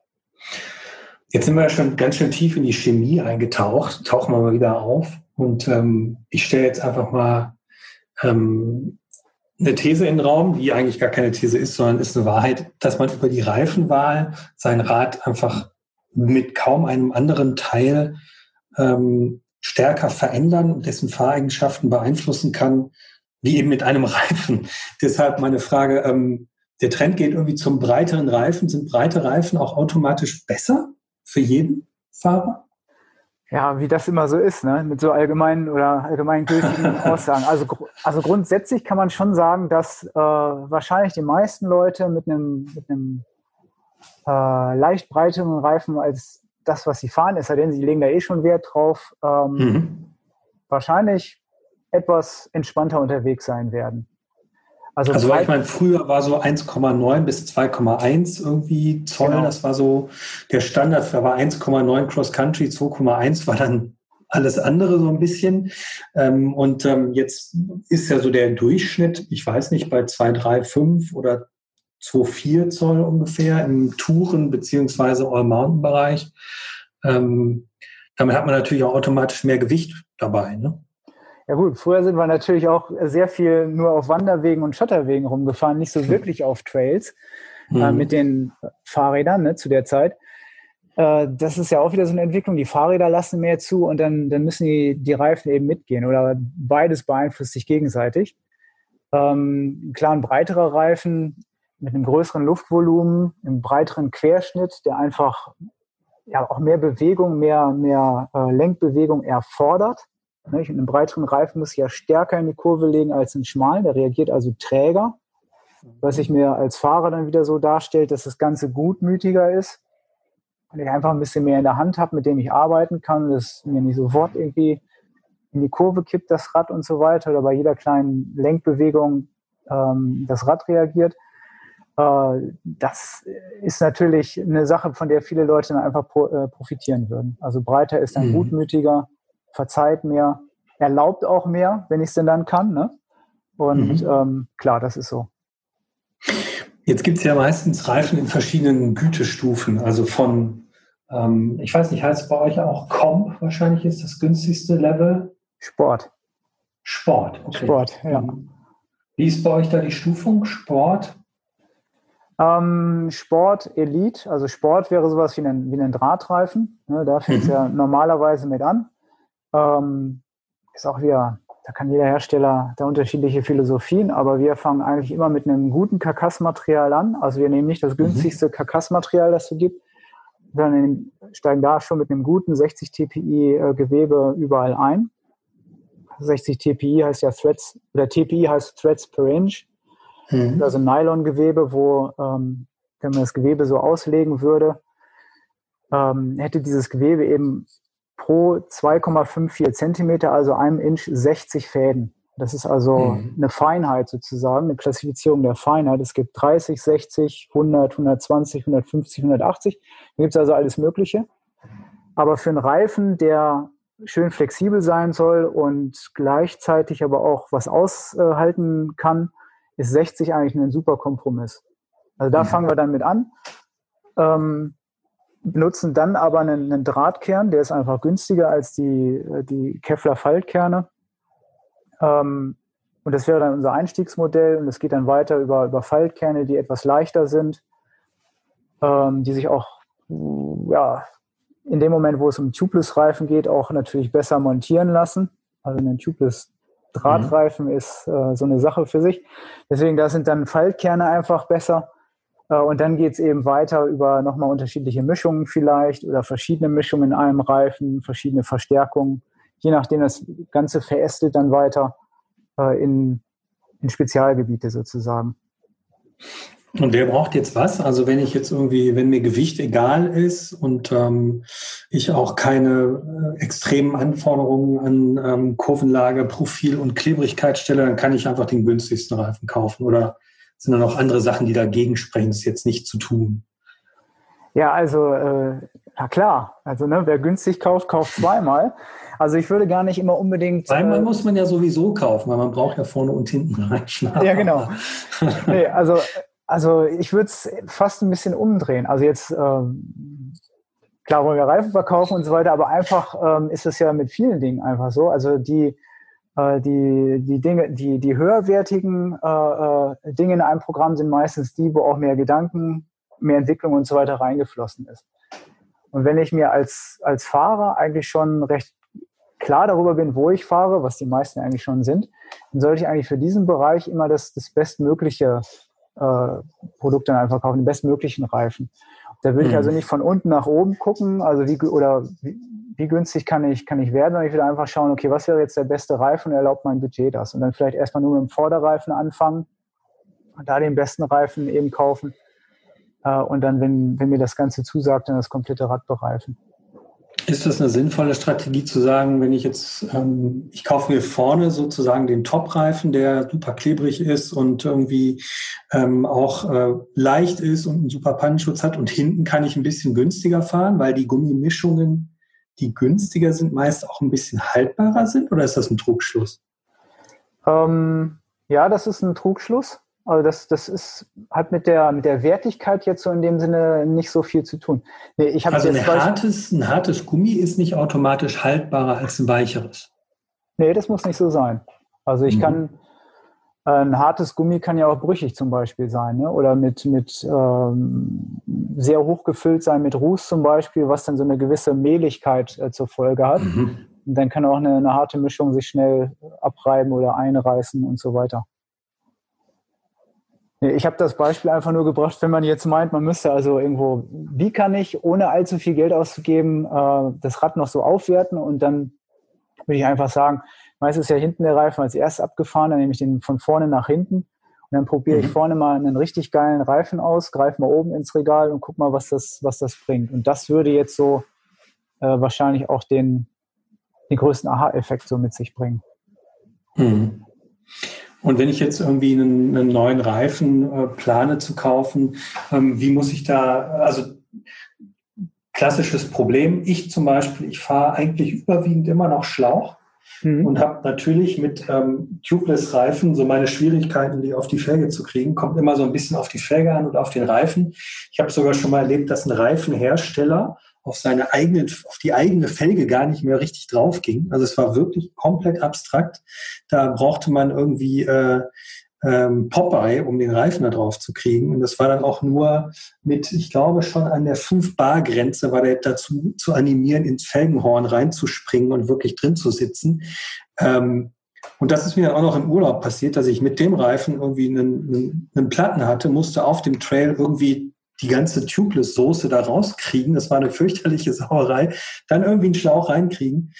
Jetzt sind wir ja schon ganz schön tief in die Chemie eingetaucht, tauchen wir mal wieder auf. Und ähm, ich stelle jetzt einfach mal ähm, eine These in den Raum, die eigentlich gar keine These ist, sondern ist eine Wahrheit, dass man über die Reifenwahl sein Rad einfach mit kaum einem anderen Teil ähm, stärker verändern und dessen Fahreigenschaften beeinflussen kann, wie eben mit einem Reifen. Deshalb meine Frage, ähm, der Trend geht irgendwie zum breiteren Reifen. Sind breite Reifen auch automatisch besser für jeden Fahrer? Ja, wie das immer so ist, ne? Mit so allgemeinen oder allgemeingültigen Aussagen. Also, also grundsätzlich kann man schon sagen, dass äh, wahrscheinlich die meisten Leute mit einem, mit einem äh, leicht breiteren Reifen als das, was sie fahren, es sei denn, sie legen da eh schon Wert drauf, ähm, mhm. wahrscheinlich etwas entspannter unterwegs sein werden. Also, also ich meine, früher war so eins Komma neun bis zwei Komma eins irgendwie Zoll, genau. Das war so der Standard, da war eins Komma neun Cross Country, zwei Komma eins war dann alles andere so ein bisschen. Ähm, und ähm, jetzt ist ja so der Durchschnitt, ich weiß nicht, bei zwei Komma drei fünf oder zwei Komma vier Zoll ungefähr im Touren- bzw. All-Mountain-Bereich. Ähm, damit hat man natürlich auch automatisch mehr Gewicht dabei, ne? Ja gut, früher sind wir natürlich auch sehr viel nur auf Wanderwegen und Schotterwegen rumgefahren, nicht so wirklich auf Trails mhm. äh, mit den Fahrrädern, ne, zu der Zeit. Äh, das ist ja auch wieder so eine Entwicklung. Die Fahrräder lassen mehr zu und dann, dann müssen die, die Reifen eben mitgehen oder beides beeinflusst sich gegenseitig. Ähm, klar, ein breiterer Reifen mit einem größeren Luftvolumen, einem breiteren Querschnitt, der einfach ja auch mehr Bewegung, mehr, mehr äh, Lenkbewegung erfordert. Nicht? Einen breiteren Reifen muss ich ja stärker in die Kurve legen als einen schmalen, der reagiert also träger, was sich mir als Fahrer dann wieder so darstellt, dass das Ganze gutmütiger ist, weil ich einfach ein bisschen mehr in der Hand habe, mit dem ich arbeiten kann, dass mir nicht sofort irgendwie in die Kurve kippt das Rad und so weiter oder bei jeder kleinen Lenkbewegung ähm, das Rad reagiert. Äh, das ist natürlich eine Sache, von der viele Leute dann einfach pro, äh, profitieren würden. Also breiter ist dann mhm. gutmütiger, verzeiht mehr, erlaubt auch mehr, wenn ich es denn dann kann. Ne? Und mhm. ähm, klar, das ist so. Jetzt gibt es ja meistens Reifen in verschiedenen Gütestufen, also von, ähm, ich weiß nicht, heißt es bei euch auch Comp, wahrscheinlich ist das günstigste Level? Sport. Sport, okay. Sport, ja. Wie ist bei euch da die Stufung? Sport? Ähm, Sport, Elite, also Sport wäre sowas wie ein, wie ein Drahtreifen, ne? Da fängt es mhm. ja normalerweise mit an. Ähm, ist auch wieder, da kann jeder Hersteller da unterschiedliche Philosophien, aber wir fangen eigentlich immer mit einem guten Karkassmaterial an. Also wir nehmen nicht das günstigste mhm. Karkassmaterial, das es gibt, sondern steigen da schon mit einem guten sechzig T P I äh, Gewebe überall ein. sechzig T P I heißt ja Threads, oder T P I heißt Threads per Inch. Mhm. Also Nylon-Gewebe, wo, ähm, wenn man das Gewebe so auslegen würde, ähm, hätte dieses Gewebe eben pro zwei Komma fünfundfünfzig Zentimeter, also einem Inch, sechzig Fäden. Das ist also mhm. eine Feinheit sozusagen, eine Klassifizierung der Feinheit. Es gibt dreißig, sechzig, hundert, hundertzwanzig, hundertfünfzig, hundertachtzig. Da gibt es also alles Mögliche. Aber für einen Reifen, der schön flexibel sein soll und gleichzeitig aber auch was aushalten kann, ist sechzig eigentlich ein super Kompromiss. Also da mhm. fangen wir dann mit an. Ähm, benutzen dann aber einen, einen Drahtkern, der ist einfach günstiger als die, die Kevlar-Faltkerne. Ähm, und das wäre dann unser Einstiegsmodell und es geht dann weiter über, über Faltkerne, die etwas leichter sind, ähm, die sich auch ja, in dem Moment, wo es um Tubeless-Reifen geht, auch natürlich besser montieren lassen. Also ein Tubeless-Drahtreifen mhm. ist äh, so eine Sache für sich. Deswegen, da sind dann Faltkerne einfach besser. Und dann geht es eben weiter über nochmal unterschiedliche Mischungen vielleicht oder verschiedene Mischungen in einem Reifen, verschiedene Verstärkungen. Je nachdem, das Ganze verästelt dann weiter äh, in, in Spezialgebiete sozusagen. Und wer braucht jetzt was? Also wenn ich jetzt irgendwie, wenn mir Gewicht egal ist und ähm, ich auch keine äh, extremen Anforderungen an ähm, Kurvenlage, Profil und Klebrigkeit stelle, dann kann ich einfach den günstigsten Reifen kaufen oder sind da noch andere Sachen, die dagegen sprechen, das jetzt nicht zu tun? Ja, also, äh, na klar. Also, ne, wer günstig kauft, kauft zweimal. Also, ich würde gar nicht immer unbedingt... Zweimal äh, muss man ja sowieso kaufen, weil man braucht ja vorne und hinten reinschneiden. Ja, genau. Nee, also, also, ich würde es fast ein bisschen umdrehen. Also, jetzt, ähm, klar wollen wir Reifen verkaufen und so weiter, aber einfach ähm, ist es ja mit vielen Dingen einfach so. Also, die... Die, die Dinge, die, die höherwertigen äh, äh, Dinge in einem Programm sind meistens die, wo auch mehr Gedanken, mehr Entwicklung und so weiter reingeflossen ist. Und wenn ich mir als, als Fahrer eigentlich schon recht klar darüber bin, wo ich fahre, was die meisten eigentlich schon sind, dann sollte ich eigentlich für diesen Bereich immer das, das bestmögliche äh, Produkt dann einfach kaufen, den bestmöglichen Reifen. Da würde ich also nicht von unten nach oben gucken, also wie, oder wie, wie günstig kann ich, kann ich werden, sondern ich würde einfach schauen, okay, was wäre jetzt der beste Reifen und erlaubt mein Budget das? Und dann vielleicht erstmal nur mit dem Vorderreifen anfangen und da den besten Reifen eben kaufen äh, und dann, wenn, wenn mir das Ganze zusagt, dann das komplette Rad bereifen. Ist das eine sinnvolle Strategie zu sagen, wenn ich jetzt, ähm, ich kaufe mir vorne sozusagen den Top-Reifen, der super klebrig ist und irgendwie ähm, auch äh, leicht ist und einen super Pannenschutz hat, und hinten kann ich ein bisschen günstiger fahren, weil die Gummimischungen, die günstiger sind, meist auch ein bisschen haltbarer sind, oder ist das ein Trugschluss? Ähm, ja, das ist ein Trugschluss. Also das, das ist, hat mit der, mit der Wertigkeit jetzt so in dem Sinne nicht so viel zu tun. Nee, ich Also jetzt ein hartes, ein hartes Gummi ist nicht automatisch haltbarer als ein weicheres. Nee, das muss nicht so sein. Also ich mhm. kann, äh, ein hartes Gummi kann ja auch brüchig zum Beispiel sein, ne? Oder mit, mit ähm, sehr hoch gefüllt sein mit Ruß zum Beispiel, was dann so eine gewisse Mehligkeit äh, zur Folge hat. Mhm. Und dann kann auch eine, eine harte Mischung sich schnell abreiben oder einreißen und so weiter. Ich habe das Beispiel einfach nur gebracht, wenn man jetzt meint, man müsste also irgendwo, wie kann ich, ohne allzu viel Geld auszugeben, äh, das Rad noch so aufwerten, und dann würde ich einfach sagen, meistens ist ja hinten der Reifen als erstes abgefahren, dann nehme ich den von vorne nach hinten und dann probiere mhm. ich vorne mal einen richtig geilen Reifen aus, greife mal oben ins Regal und guck mal, was das, was das bringt. Und das würde jetzt so äh, wahrscheinlich auch den, den größten Aha-Effekt so mit sich bringen. Mhm. Und wenn ich jetzt irgendwie einen, einen neuen Reifen äh, plane zu kaufen, ähm, wie muss ich da, also klassisches Problem, ich zum Beispiel, ich fahre eigentlich überwiegend immer noch Schlauch mhm. und habe natürlich mit ähm, Tubeless-Reifen so meine Schwierigkeiten, die auf die Felge zu kriegen, kommt immer so ein bisschen auf die Felge an und auf den Reifen. Ich habe sogar schon mal erlebt, dass ein Reifenhersteller auf seine eigene, auf die eigene Felge gar nicht mehr richtig drauf ging. Also es war wirklich komplett abstrakt. Da brauchte man irgendwie äh, ähm, Popeye, um den Reifen da drauf zu kriegen. Und das war dann auch nur mit, ich glaube, schon an der fünf Bar Grenze war der dazu zu animieren, ins Felgenhorn reinzuspringen und wirklich drin zu sitzen. Ähm, und das ist mir dann auch noch im Urlaub passiert, dass ich mit dem Reifen irgendwie einen, einen, einen Platten hatte, musste auf dem Trail irgendwie die ganze Tubeless-Soße da rauskriegen. Das war eine fürchterliche Sauerei. Dann irgendwie einen Schlauch reinkriegen.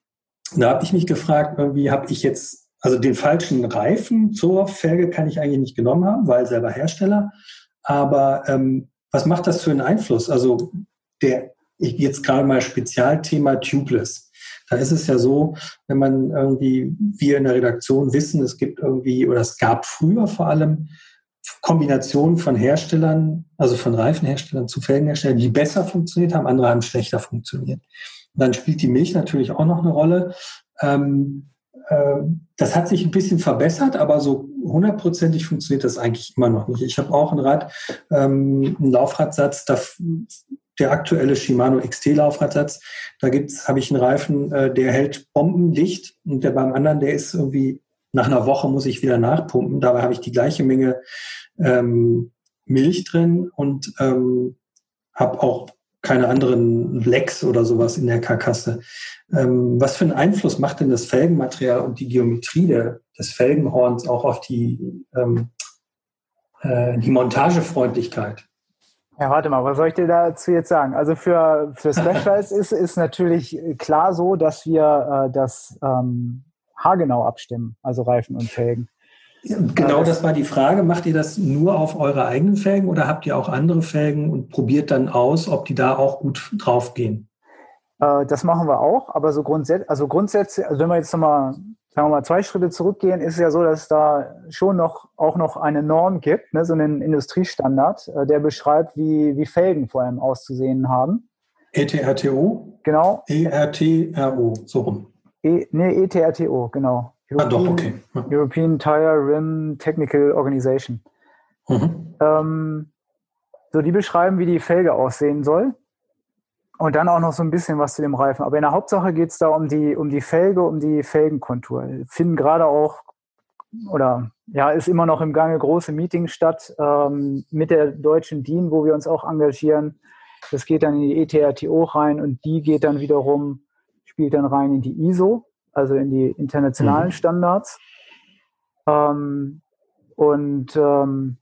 Da habe ich mich gefragt, irgendwie habe ich jetzt, also den falschen Reifen zur Felge kann ich eigentlich nicht genommen haben, weil selber Hersteller. Aber ähm, was macht das für einen Einfluss? Also der, ich jetzt gerade mal Spezialthema Tubeless. Da ist es ja so, wenn man irgendwie, wir in der Redaktion wissen, es gibt irgendwie, oder es gab früher vor allem, Kombinationen von Herstellern, also von Reifenherstellern zu Felgenherstellern, die besser funktioniert haben, andere haben schlechter funktioniert. Und dann spielt die Milch natürlich auch noch eine Rolle. Ähm, äh, das hat sich ein bisschen verbessert, aber so hundertprozentig funktioniert das eigentlich immer noch nicht. Ich habe auch ein Rad, ähm, einen Laufradsatz, da, der aktuelle Shimano X T-Laufradsatz, da gibt's, habe ich einen Reifen, äh, der hält bombendicht, und der beim anderen, der ist irgendwie nach einer Woche muss ich wieder nachpumpen. Dabei habe ich die gleiche Menge ähm, Milch drin und ähm, habe auch keine anderen Lecks oder sowas in der Karkasse. Ähm, was für einen Einfluss macht denn das Felgenmaterial und die Geometrie der, des Felgenhorns auch auf die, ähm, äh, die Montagefreundlichkeit? Ja, warte mal, was soll ich dir dazu jetzt sagen? Also für, für Specialized ist, ist natürlich klar so, dass wir äh, das ähm, haargenau abstimmen, also Reifen und Felgen. Genau, das war die Frage. Macht ihr das nur auf eure eigenen Felgen oder habt ihr auch andere Felgen und probiert dann aus, ob die da auch gut drauf gehen? Äh, das machen wir auch, aber so grundsätzlich, also grundsätzlich, also wenn wir jetzt nochmal, sagen wir mal, zwei Schritte zurückgehen, ist es ja so, dass es da schon noch auch noch eine Norm gibt, ne, so einen Industriestandard, äh, der beschreibt, wie, wie Felgen vor allem auszusehen haben. E T R T O? Genau. E R T R O, so rum. E, nee, E T R T O, genau. European, ah, doch, okay. Ja. European Tire Rim Technical Organization. Mhm. Ähm, so, die beschreiben, wie die Felge aussehen soll. Und dann auch noch so ein bisschen was zu dem Reifen. Aber in der Hauptsache geht es da um die, um die Felge, um die Felgenkontur. Finden gerade auch, oder ja, ist immer noch im Gange große Meetings statt ähm, mit der deutschen D I N, wo wir uns auch engagieren. Das geht dann in die E T R T O rein und die geht dann wiederum, spielt dann rein in die I S O, also in die internationalen mhm. Standards. Ähm, und ähm,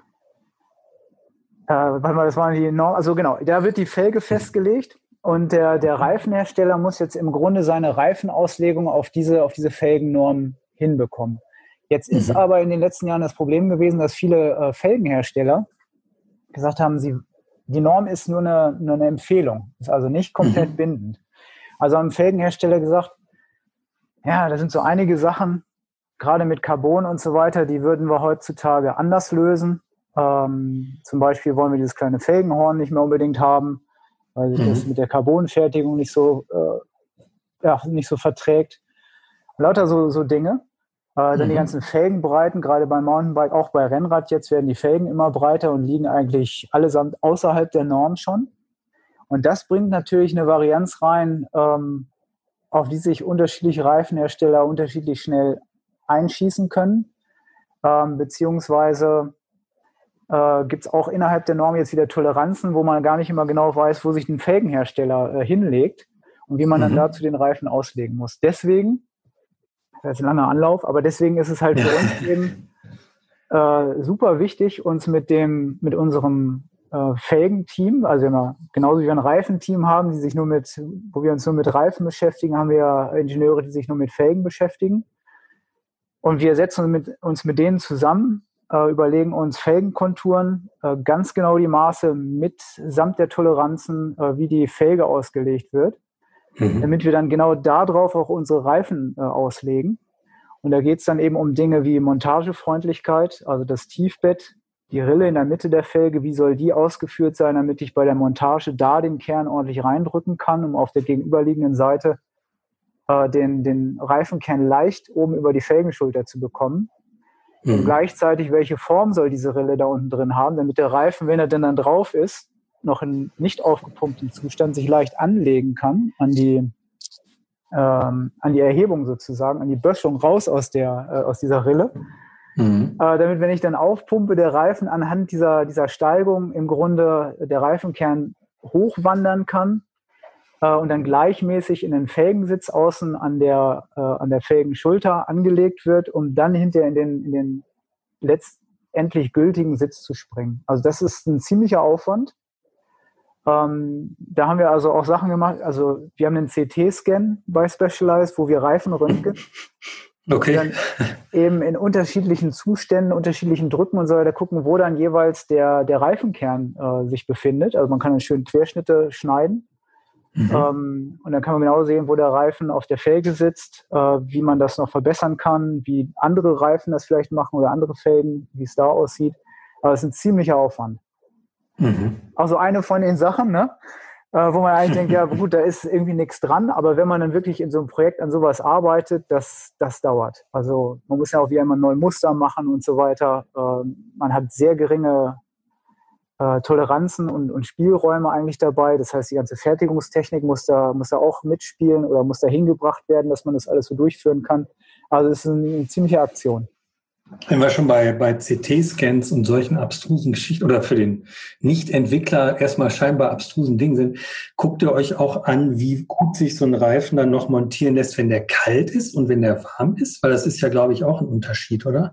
äh, warte mal, das waren die Norm, also genau, da wird die Felge festgelegt und der, der Reifenhersteller muss jetzt im Grunde seine Reifenauslegung auf diese, auf diese Felgennorm hinbekommen. Jetzt mhm. ist aber in den letzten Jahren das Problem gewesen, dass viele äh, Felgenhersteller gesagt haben, sie die Norm ist nur eine, nur eine Empfehlung, ist also nicht komplett mhm. bindend. Also haben Felgenhersteller gesagt, ja, da sind so einige Sachen, gerade mit Carbon und so weiter, die würden wir heutzutage anders lösen. Ähm, zum Beispiel wollen wir dieses kleine Felgenhorn nicht mehr unbedingt haben, weil sich mhm. das mit der Carbonfertigung nicht so, äh, ja, nicht so verträgt. Lauter so, so Dinge. Äh, dann mhm. die ganzen Felgenbreiten, gerade beim Mountainbike, auch bei Rennrad jetzt werden die Felgen immer breiter und liegen eigentlich allesamt außerhalb der Norm schon. Und das bringt natürlich eine Varianz rein, ähm, auf die sich unterschiedliche Reifenhersteller unterschiedlich schnell einschießen können. Ähm, beziehungsweise äh, gibt es auch innerhalb der Norm jetzt wieder Toleranzen, wo man gar nicht immer genau weiß, wo sich ein Felgenhersteller äh, hinlegt und wie man mhm. dann dazu den Reifen auslegen muss. Deswegen, das ist ein langer Anlauf, aber deswegen ist es halt für uns eben äh, super wichtig, uns mit dem, mit unserem äh, Felgenteam, also immer, genauso wie wir ein Reifenteam haben, die sich nur mit, wo wir uns nur mit Reifen beschäftigen, haben wir Ingenieure, die sich nur mit Felgen beschäftigen. Und wir setzen uns mit, uns mit denen zusammen, äh, überlegen uns Felgenkonturen, äh, ganz genau die Maße mitsamt der Toleranzen, äh, wie die Felge ausgelegt wird, mhm. damit wir dann genau darauf auch unsere Reifen äh, auslegen. Und da geht es dann eben um Dinge wie Montagefreundlichkeit, also das Tiefbett, die Rille in der Mitte der Felge, wie soll die ausgeführt sein, damit ich bei der Montage da den Kern ordentlich reindrücken kann, um auf der gegenüberliegenden Seite äh, den, den Reifenkern leicht oben über die Felgenschulter zu bekommen. Mhm. Und gleichzeitig, welche Form soll diese Rille da unten drin haben, damit der Reifen, wenn er denn dann drauf ist, noch in nicht aufgepumptem Zustand sich leicht anlegen kann an die ähm, an die Erhebung sozusagen, an die Böschung raus aus der äh, aus dieser Rille. Mhm. Äh, damit, wenn ich dann aufpumpe, der Reifen anhand dieser, dieser Steigung im Grunde der Reifenkern hochwandern kann äh, und dann gleichmäßig in den Felgensitz außen an der, äh, an der Felgenschulter angelegt wird, um dann hinterher in den, in den letztendlich gültigen Sitz zu springen. Also das ist ein ziemlicher Aufwand. Ähm, da haben wir also auch Sachen gemacht, also wir haben einen C T-Scan bei Specialized, wo wir Reifen röntgen. Okay. Dann eben in unterschiedlichen Zuständen, unterschiedlichen Drücken und so weiter gucken, wo dann jeweils der, der Reifenkern äh, sich befindet. Also man kann dann schön Querschnitte schneiden. Mhm. Ähm, und dann kann man genau sehen, wo der Reifen auf der Felge sitzt, äh, wie man das noch verbessern kann, wie andere Reifen das vielleicht machen oder andere Felgen, wie es da aussieht. Aber es ist ein ziemlicher Aufwand. Mhm. Also eine von den Sachen, ne? Äh, wo man eigentlich denkt, ja gut, da ist irgendwie nichts dran, aber wenn man dann wirklich in so einem Projekt an sowas arbeitet, das, das dauert. Also man muss ja auch wieder immer neue Muster machen und so weiter. Äh, man hat sehr geringe äh, Toleranzen und, und Spielräume eigentlich dabei. Das heißt, die ganze Fertigungstechnik muss da, muss da auch mitspielen oder muss da hingebracht werden, dass man das alles so durchführen kann. Also es ist eine, eine ziemliche Aktion. Wenn wir schon bei, bei C T-Scans und solchen abstrusen Geschichten oder für den Nicht-Entwickler erstmal scheinbar abstrusen Dingen sind, guckt ihr euch auch an, wie gut sich so ein Reifen dann noch montieren lässt, wenn der kalt ist und wenn der warm ist? Weil das ist ja, glaube ich, auch ein Unterschied, oder?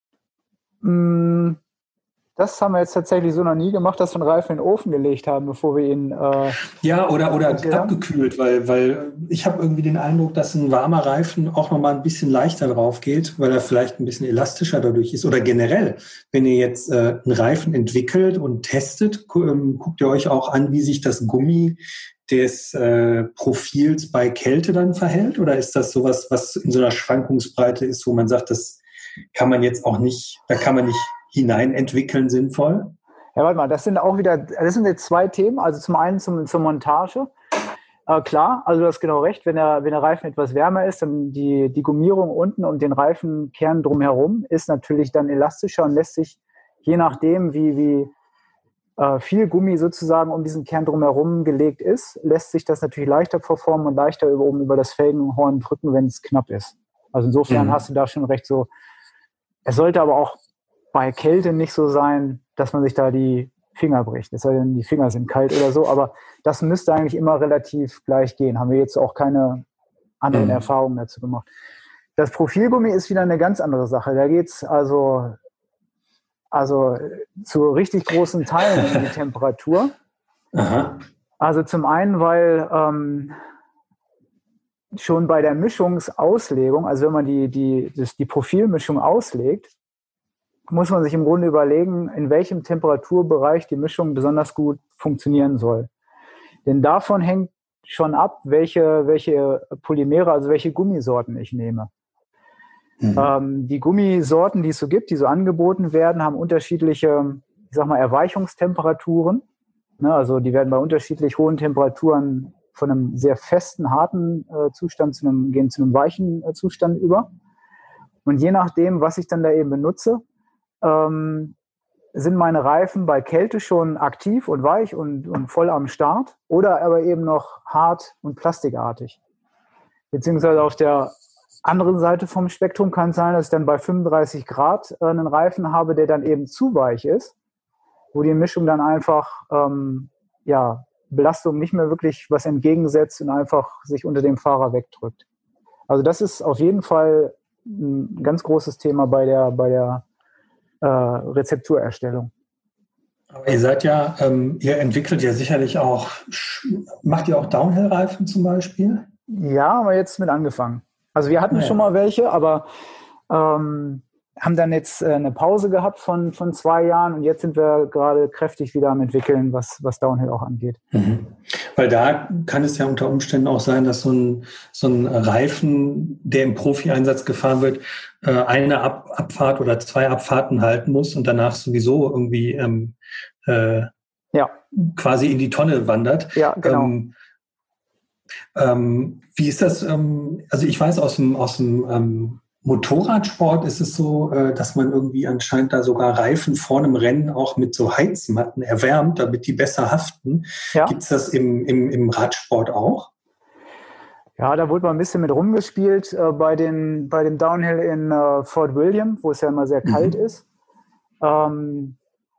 Das haben wir jetzt tatsächlich so noch nie gemacht, dass wir einen Reifen in den Ofen gelegt haben, bevor wir ihn... Äh, ja, oder, oder abgekühlt, weil, weil ich habe irgendwie den Eindruck, dass ein warmer Reifen auch nochmal ein bisschen leichter drauf geht, weil er vielleicht ein bisschen elastischer dadurch ist. Oder generell, wenn ihr jetzt äh, einen Reifen entwickelt und testet, gu- ähm, guckt ihr euch auch an, wie sich das Gummi des äh, Profils bei Kälte dann verhält? Oder ist das sowas, was in so einer Schwankungsbreite ist, wo man sagt, das kann man jetzt auch nicht, da kann man nicht hinein entwickeln sinnvoll? Ja, warte mal, das sind auch wieder, das sind jetzt zwei Themen. Also zum einen zum, zur Montage. Äh, klar, also du hast genau recht, wenn der, wenn der Reifen etwas wärmer ist, dann die, die Gummierung unten um den Reifenkern drumherum ist natürlich dann elastischer und lässt sich, je nachdem, wie, wie äh, viel Gummi sozusagen um diesen Kern drumherum gelegt ist, lässt sich das natürlich leichter verformen und leichter über, oben über das Felgenhorn drücken, wenn es knapp ist. Also insofern mhm. hast du da schon recht so. Es sollte aber auch bei Kälte nicht so sein, dass man sich da die Finger bricht. Es sei denn, die Finger sind kalt oder so, aber das müsste eigentlich immer relativ gleich gehen. Haben wir jetzt auch keine anderen mhm. Erfahrungen dazu gemacht. Das Profilgummi ist wieder eine ganz andere Sache. Da geht es also, also zu richtig großen Teilen um die Temperatur. Aha. Also zum einen, weil ähm, schon bei der Mischungsauslegung, also wenn man die, die, das, die Profilmischung auslegt, muss man sich im Grunde überlegen, in welchem Temperaturbereich die Mischung besonders gut funktionieren soll. Denn davon hängt schon ab, welche, welche Polymere, also welche Gummisorten ich nehme. Mhm. Ähm, die Gummisorten, die es so gibt, die so angeboten werden, haben unterschiedliche, ich sag mal, Erweichungstemperaturen. Ne, also die werden bei unterschiedlich hohen Temperaturen von einem sehr festen, harten äh, Zustand zu einem, gehen zu einem weichen äh, Zustand über. Und je nachdem, was ich dann da eben benutze, ähm, sind meine Reifen bei Kälte schon aktiv und weich und, und voll am Start oder aber eben noch hart und plastikartig. Beziehungsweise auf der anderen Seite vom Spektrum kann es sein, dass ich dann bei fünfunddreißig Grad äh, einen Reifen habe, der dann eben zu weich ist, wo die Mischung dann einfach ähm, ja, Belastung nicht mehr wirklich was entgegensetzt und einfach sich unter dem Fahrer wegdrückt. Also das ist auf jeden Fall ein ganz großes Thema bei der, bei der äh, Rezepturerstellung. Aber ihr seid ja, ähm, ihr entwickelt ja sicherlich auch, macht ihr auch Downhill-Reifen zum Beispiel? Ja, haben wir jetzt mit angefangen. Also wir hatten ja schon mal welche, aber ähm, haben dann jetzt äh, eine Pause gehabt von, von zwei Jahren und jetzt sind wir gerade kräftig wieder am entwickeln, was, was Downhill auch angeht. Mhm. Weil da kann es ja unter Umständen auch sein, dass so ein, so ein Reifen, der im Profi-Einsatz gefahren wird, äh, eine Ab- Abfahrt oder zwei Abfahrten halten muss und danach sowieso irgendwie ähm, äh, ja. quasi in die Tonne wandert. Ja, genau. Ähm, ähm, wie ist das? Ähm, also ich weiß aus dem, aus dem ähm, Motorradsport ist es so, äh, dass man irgendwie anscheinend da sogar Reifen vor einem Rennen auch mit so Heizmatten erwärmt, damit die besser haften. Ja. Gibt es das im, im, im Radsport auch? Ja, da wurde mal ein bisschen mit rumgespielt äh, bei, den, bei dem Downhill in äh, Fort William, wo es ja immer sehr kalt mhm. ist. Ähm,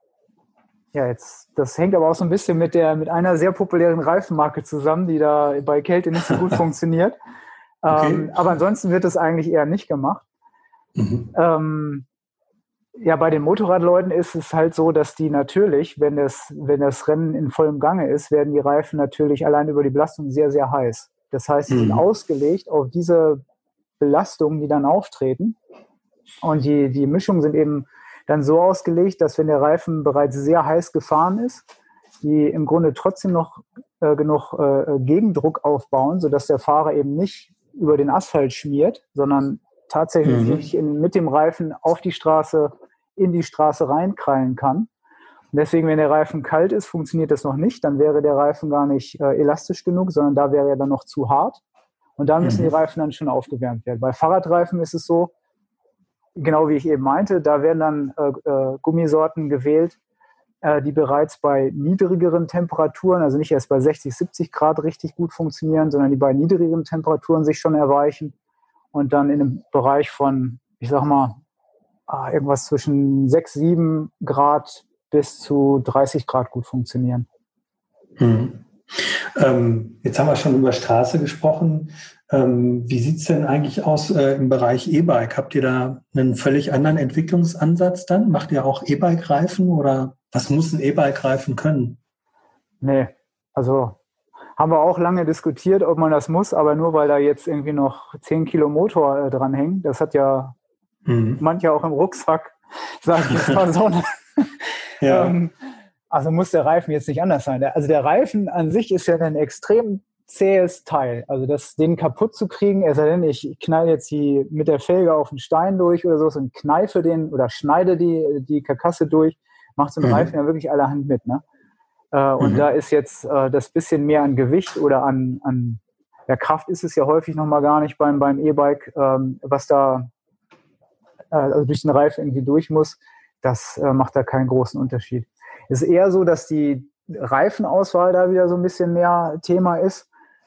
ja, jetzt, das hängt aber auch so ein bisschen mit der, mit einer sehr populären Reifenmarke zusammen, die da bei Kälte nicht so gut funktioniert. Okay. Ähm, aber ansonsten wird das eigentlich eher nicht gemacht. Mhm. Ähm, ja, bei den Motorradleuten ist es halt so, dass die natürlich, wenn das, wenn das Rennen in vollem Gange ist, werden die Reifen natürlich allein über die Belastung sehr, sehr heiß. Das heißt, sie mhm. sind ausgelegt auf diese Belastungen, die dann auftreten. Und die, die Mischungen sind eben dann so ausgelegt, dass wenn der Reifen bereits sehr heiß gefahren ist, die im Grunde trotzdem noch äh, genug äh, Gegendruck aufbauen, sodass der Fahrer eben nicht über den Asphalt schmiert, sondern tatsächlich mhm. sich in, mit dem Reifen auf die Straße, in die Straße reinkrallen kann. Und deswegen, wenn der Reifen kalt ist, funktioniert das noch nicht. Dann wäre der Reifen gar nicht äh, elastisch genug, sondern da wäre er dann noch zu hart. Und da müssen mhm. die Reifen dann schon aufgewärmt werden. Bei Fahrradreifen ist es so, genau wie ich eben meinte, da werden dann äh, äh, Gummisorten gewählt, äh, die bereits bei niedrigeren Temperaturen, also nicht erst bei sechzig, siebzig Grad richtig gut funktionieren, sondern die bei niedrigeren Temperaturen sich schon erweichen und dann in einem Bereich von, ich sag mal, ah, irgendwas zwischen sechs, sieben Grad bis zu dreißig Grad gut funktionieren. Hm. Ähm, jetzt haben wir schon über Straße gesprochen. Ähm, wie sieht es denn eigentlich aus äh, im Bereich E-Bike? Habt ihr da einen völlig anderen Entwicklungsansatz dann? Macht ihr auch E-Bike-Reifen oder was muss ein E-Bike-Reifen können? Nee, also haben wir auch lange diskutiert, ob man das muss, aber nur weil da jetzt irgendwie noch zehn Kilo Motor äh, dranhängen. Das hat ja mhm. manche auch im Rucksack, sage ich jetzt mal so. ja. ähm, also muss der Reifen jetzt nicht anders sein. Also der Reifen an sich ist ja ein extrem zähes Teil. Also das, den kaputt zu kriegen, es sei denn, ich knall jetzt die mit der Felge auf den Stein durch oder so und kneife den oder schneide die, die Karkasse durch, macht so ein mhm. Reifen ja wirklich allerhand mit. Ne? Äh, und mhm. da ist jetzt äh, das bisschen mehr an Gewicht oder an, an der Kraft ist es ja häufig nochmal gar nicht beim, beim E-Bike, ähm, was da äh, also durch den Reifen irgendwie durch muss. Das äh, macht da keinen großen Unterschied. Es ist eher so, dass die Reifenauswahl da wieder so ein bisschen mehr Thema ist,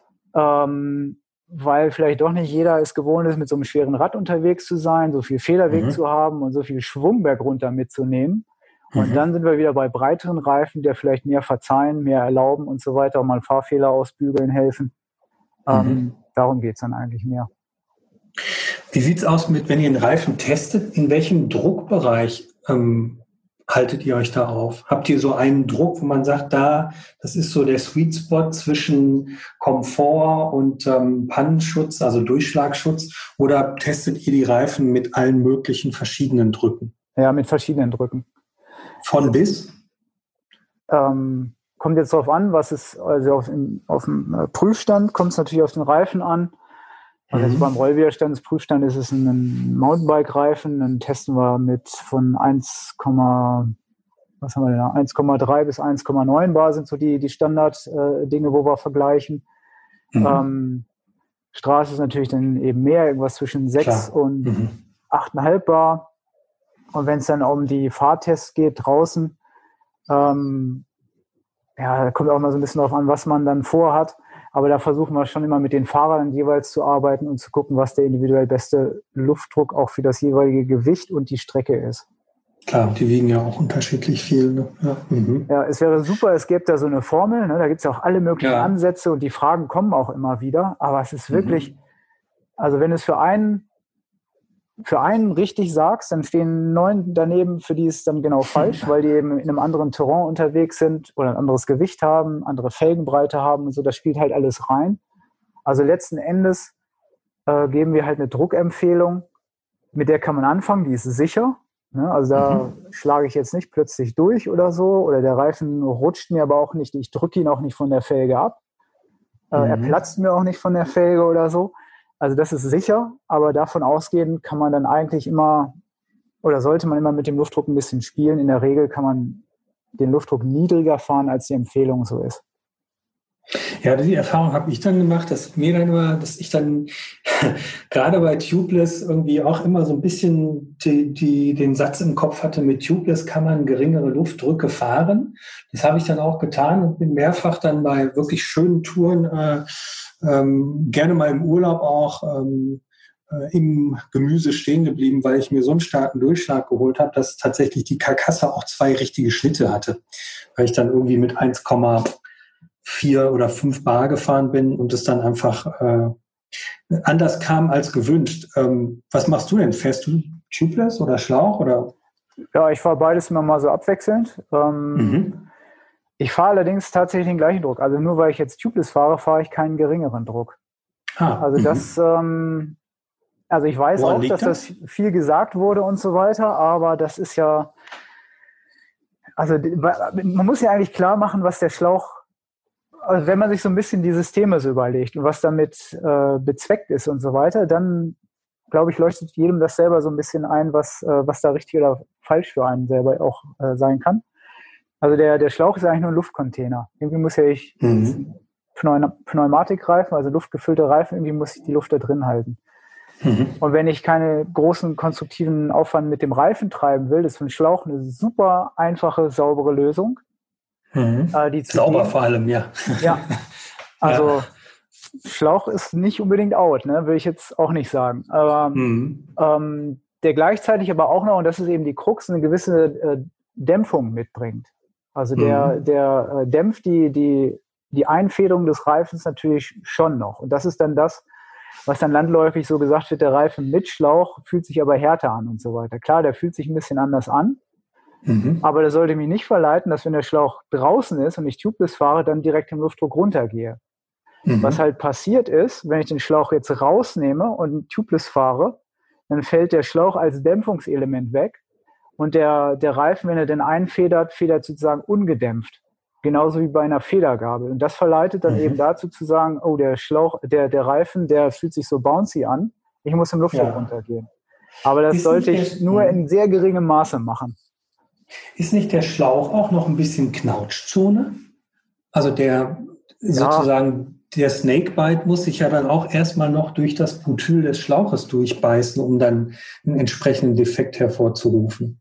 ähm, weil vielleicht doch nicht jeder es gewohnt ist, mit so einem schweren Rad unterwegs zu sein, so viel Federweg mhm. zu haben und so viel Schwung bergunter mitzunehmen. Und mhm. dann sind wir wieder bei breiteren Reifen, die vielleicht mehr verzeihen, mehr erlauben und so weiter, und mal Fahrfehler ausbügeln helfen. Mhm. Ähm, darum geht es dann eigentlich mehr. Wie sieht es aus mit, wenn ihr einen Reifen testet, in welchem Druckbereich ähm, haltet ihr euch da auf? Habt ihr so einen Druck, wo man sagt, da, das ist so der Sweet Spot zwischen Komfort und ähm, Pannenschutz, also Durchschlagschutz, oder testet ihr die Reifen mit allen möglichen verschiedenen Drücken? Ja, mit verschiedenen Drücken. Von bis? Ähm, kommt jetzt darauf an, was ist, also auf, im, auf dem Prüfstand kommt es natürlich auf den Reifen an. Also mhm. beim Rollwiderstandsprüfstand ist es ein Mountainbike-Reifen, dann testen wir mit von eins, was haben wir denn da? eins Komma drei bis eins Komma neun Bar sind so die, die Standard-Dinge, äh, wo wir vergleichen. Mhm. Ähm, Straße ist natürlich dann eben mehr, irgendwas zwischen sechs Klar. und mhm. acht Komma fünf Bar. Und wenn es dann um die Fahrtests geht draußen, ähm, ja, da kommt auch mal so ein bisschen darauf an, was man dann vorhat. Aber da versuchen wir schon immer mit den Fahrern jeweils zu arbeiten und zu gucken, was der individuell beste Luftdruck auch für das jeweilige Gewicht und die Strecke ist. Klar, die wiegen ja auch unterschiedlich viel. Ne? Ja. Mhm. ja, es wäre super, es gäbe da so eine Formel, ne? Da gibt es ja auch alle möglichen ja. Ansätze und die Fragen kommen auch immer wieder. Aber es ist wirklich, mhm. also wenn es für einen für einen richtig sagst, dann stehen neun daneben, für die ist dann genau falsch, weil die eben in einem anderen Terrain unterwegs sind oder ein anderes Gewicht haben, andere Felgenbreite haben und so, das spielt halt alles rein. Also letzten Endes äh, geben wir halt eine Druckempfehlung, mit der kann man anfangen, die ist sicher. Ne? Also da mhm. schlage ich jetzt nicht plötzlich durch oder so, oder der Reifen rutscht mir aber auch nicht, ich drücke ihn auch nicht von der Felge ab. Äh, mhm. Er platzt mir auch nicht von der Felge oder so. Also das ist sicher, aber davon ausgehend kann man dann eigentlich immer oder sollte man immer mit dem Luftdruck ein bisschen spielen. In der Regel kann man den Luftdruck niedriger fahren, als die Empfehlung so ist. Ja, die Erfahrung habe ich dann gemacht, dass mir dann immer, dass ich dann gerade bei Tubeless irgendwie auch immer so ein bisschen die, die, den Satz im Kopf hatte, mit Tubeless kann man geringere Luftdrücke fahren. Das habe ich dann auch getan und bin mehrfach dann bei wirklich schönen Touren äh, ähm, gerne mal im Urlaub auch ähm, äh, im Gemüse stehen geblieben, weil ich mir so einen starken Durchschlag geholt habe, dass tatsächlich die Karkasse auch zwei richtige Schnitte hatte. Weil ich dann irgendwie mit eins Komma vier oder fünf Bar gefahren bin und es dann einfach äh, anders kam als gewünscht. Ähm, was machst du denn? Fährst du Tubeless oder Schlauch? Oder? Ja, ich fahre beides immer mal so abwechselnd. Ähm, mhm. Ich fahre allerdings tatsächlich den gleichen Druck. Also nur weil ich jetzt Tubeless fahre, fahre ich keinen geringeren Druck. Ah, also mhm. das, ähm, also ich weiß Woran auch, dass das? das viel gesagt wurde und so weiter, aber das ist ja, also man muss ja eigentlich klar machen, was der Schlauch, also wenn man sich so ein bisschen die Systeme so überlegt und was damit äh, bezweckt ist und so weiter, dann, glaube ich, leuchtet jedem das selber so ein bisschen ein, was, äh, was da richtig oder falsch für einen selber auch äh, sein kann. Also der, der Schlauch ist eigentlich nur ein Luftcontainer. Irgendwie muss ja ich mhm. Pneumatikreifen, also luftgefüllte Reifen, irgendwie muss ich die Luft da drin halten. Mhm. Und wenn ich keine großen konstruktiven Aufwand mit dem Reifen treiben will, ist für einen Schlauch eine super einfache, saubere Lösung. Mhm. Äh, die Sauber vor allem, ja. Ja, also ja. Schlauch ist nicht unbedingt out, ne? Will ich jetzt auch nicht sagen. Aber mhm. ähm, der gleichzeitig aber auch noch, und das ist eben die Krux, eine gewisse äh, Dämpfung mitbringt. Also der, mhm. der äh, dämpft die, die, die Einfederung des Reifens natürlich schon noch. Und das ist dann das, was dann landläufig so gesagt wird, der Reifen mit Schlauch fühlt sich aber härter an und so weiter. Klar, der fühlt sich ein bisschen anders an. Mhm. Aber das sollte mich nicht verleiten, dass wenn der Schlauch draußen ist und ich Tubeless fahre, dann direkt im Luftdruck runtergehe. Mhm. Was halt passiert ist, wenn ich den Schlauch jetzt rausnehme und Tubeless fahre, dann fällt der Schlauch als Dämpfungselement weg und der, der Reifen, wenn er denn einfedert, federt sozusagen ungedämpft. Genauso wie bei einer Federgabel. Und das verleitet dann mhm. eben dazu zu sagen, oh, der Schlauch, der, der Reifen, der fühlt sich so bouncy an, ich muss im Luftdruck ja. runtergehen. Aber das ist sollte ich der, nur in sehr geringem Maße machen. Ist nicht der Schlauch auch noch ein bisschen Knautschzone? Also der ja. sozusagen, der Snakebite muss sich ja dann auch erstmal noch durch das Butyl des Schlauches durchbeißen, um dann einen entsprechenden Defekt hervorzurufen.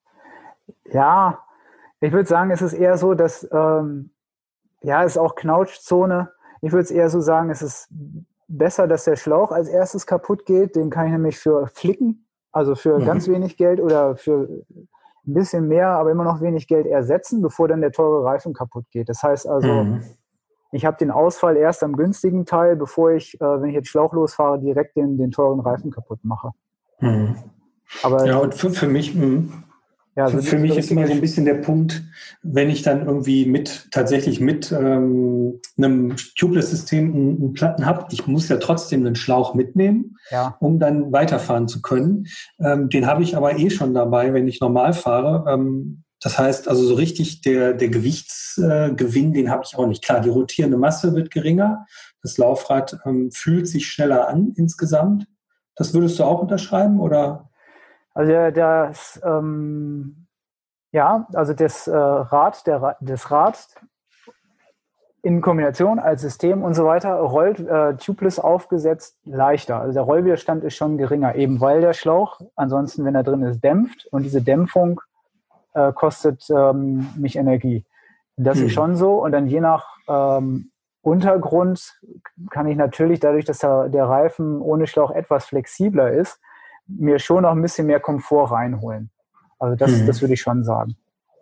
Ja, ich würde sagen, es ist eher so, dass, ähm, ja, es ist auch Knautschzone. Ich würde es eher so sagen, es ist besser, dass der Schlauch als erstes kaputt geht. Den kann ich nämlich für Flicken, also für mhm. ganz wenig Geld oder für ein bisschen mehr, aber immer noch wenig Geld ersetzen, bevor dann der teure Reifen kaputt geht. Das heißt also, mhm. ich habe den Ausfall erst am günstigen Teil, bevor ich, äh, wenn ich jetzt schlauchlos fahre, direkt den, den teuren Reifen kaputt mache. Mhm. Aber ja, und für, für mich... Mh. Ja, also Für mich ist immer so ein bisschen der Punkt, wenn ich dann irgendwie mit tatsächlich mit ähm, einem Tubeless-System einen, einen Platten habe, ich muss ja trotzdem einen Schlauch mitnehmen, ja. um dann weiterfahren zu können. Ähm, den habe ich aber eh schon dabei, wenn ich normal fahre. Ähm, das heißt, also so richtig der, der Gewichtsgewinn, äh, den habe ich auch nicht. Klar, die rotierende Masse wird geringer. Das Laufrad ähm, fühlt sich schneller an insgesamt. Das würdest du auch unterschreiben, oder? Also das, ähm, ja, also das äh, Rad, der, das Rad in Kombination als System und so weiter rollt äh, tubeless aufgesetzt leichter. Also der Rollwiderstand ist schon geringer, eben weil der Schlauch ansonsten, wenn er drin ist, dämpft und diese Dämpfung äh, kostet ähm, mich Energie. Das hm. ist schon so. Und dann je nach ähm, Untergrund kann ich natürlich dadurch, dass der, der Reifen ohne Schlauch etwas flexibler ist, mir schon noch ein bisschen mehr Komfort reinholen. Also das, hm. das würde ich schon sagen.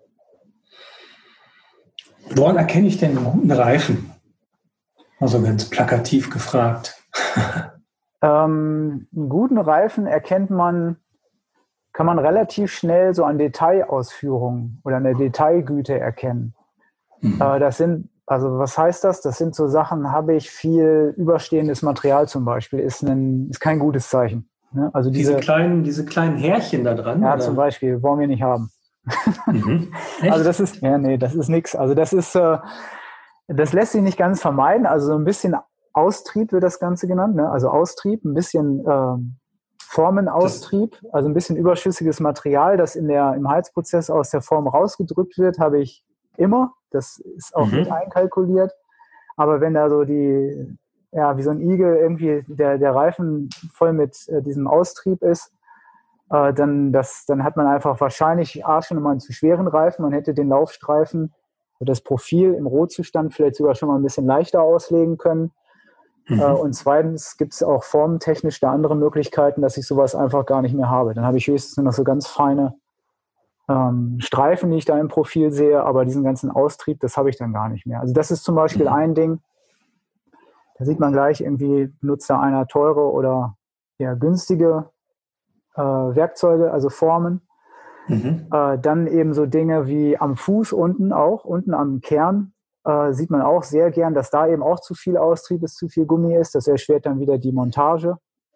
Woran erkenne ich denn einen guten Reifen? Also ganz plakativ gefragt. ähm, einen guten Reifen erkennt man, kann man relativ schnell so an Detailausführungen oder eine Detailgüte erkennen. Mhm. Äh, das sind, also was heißt das? Das sind so Sachen, habe ich viel überstehendes Material zum Beispiel, ist, ein, ist kein gutes Zeichen. Ne? Also diese, diese, kleinen, diese kleinen Härchen da dran? Ja, oder? Zum Beispiel, wollen wir nicht haben. Mhm. Also das ist, ja, nee, das ist nichts. Also das ist, äh, das lässt sich nicht ganz vermeiden. Also so ein bisschen Austrieb wird das Ganze genannt, ne? Also Austrieb, ein bisschen ähm, Formenaustrieb, das, also ein bisschen überschüssiges Material, das in der, im Heizprozess aus der Form rausgedrückt wird, habe ich immer. Das ist auch mhm. mit einkalkuliert. Aber wenn da so die, ja, wie so ein Igel irgendwie der, der Reifen voll mit äh, diesem Austrieb ist, äh, dann, das, dann hat man einfach wahrscheinlich A, schon immer einen zu schweren Reifen. Man hätte den Laufstreifen, das Profil im Rohzustand vielleicht sogar schon mal ein bisschen leichter auslegen können. Mhm. Äh, und zweitens gibt es auch formentechnisch da andere Möglichkeiten, dass ich sowas einfach gar nicht mehr habe. Dann habe ich höchstens nur noch so ganz feine ähm, Streifen, die ich da im Profil sehe, aber diesen ganzen Austrieb, das habe ich dann gar nicht mehr. Also das ist zum Beispiel mhm. ein Ding, da sieht man gleich irgendwie, benutzt da einer teure oder eher günstige äh, Werkzeuge, also Formen. Mhm. Äh, dann eben so Dinge wie am Fuß unten auch, unten am Kern, äh, sieht man auch sehr gern, dass da eben auch zu viel Austrieb ist, zu viel Gummi ist. Das erschwert dann wieder die Montage.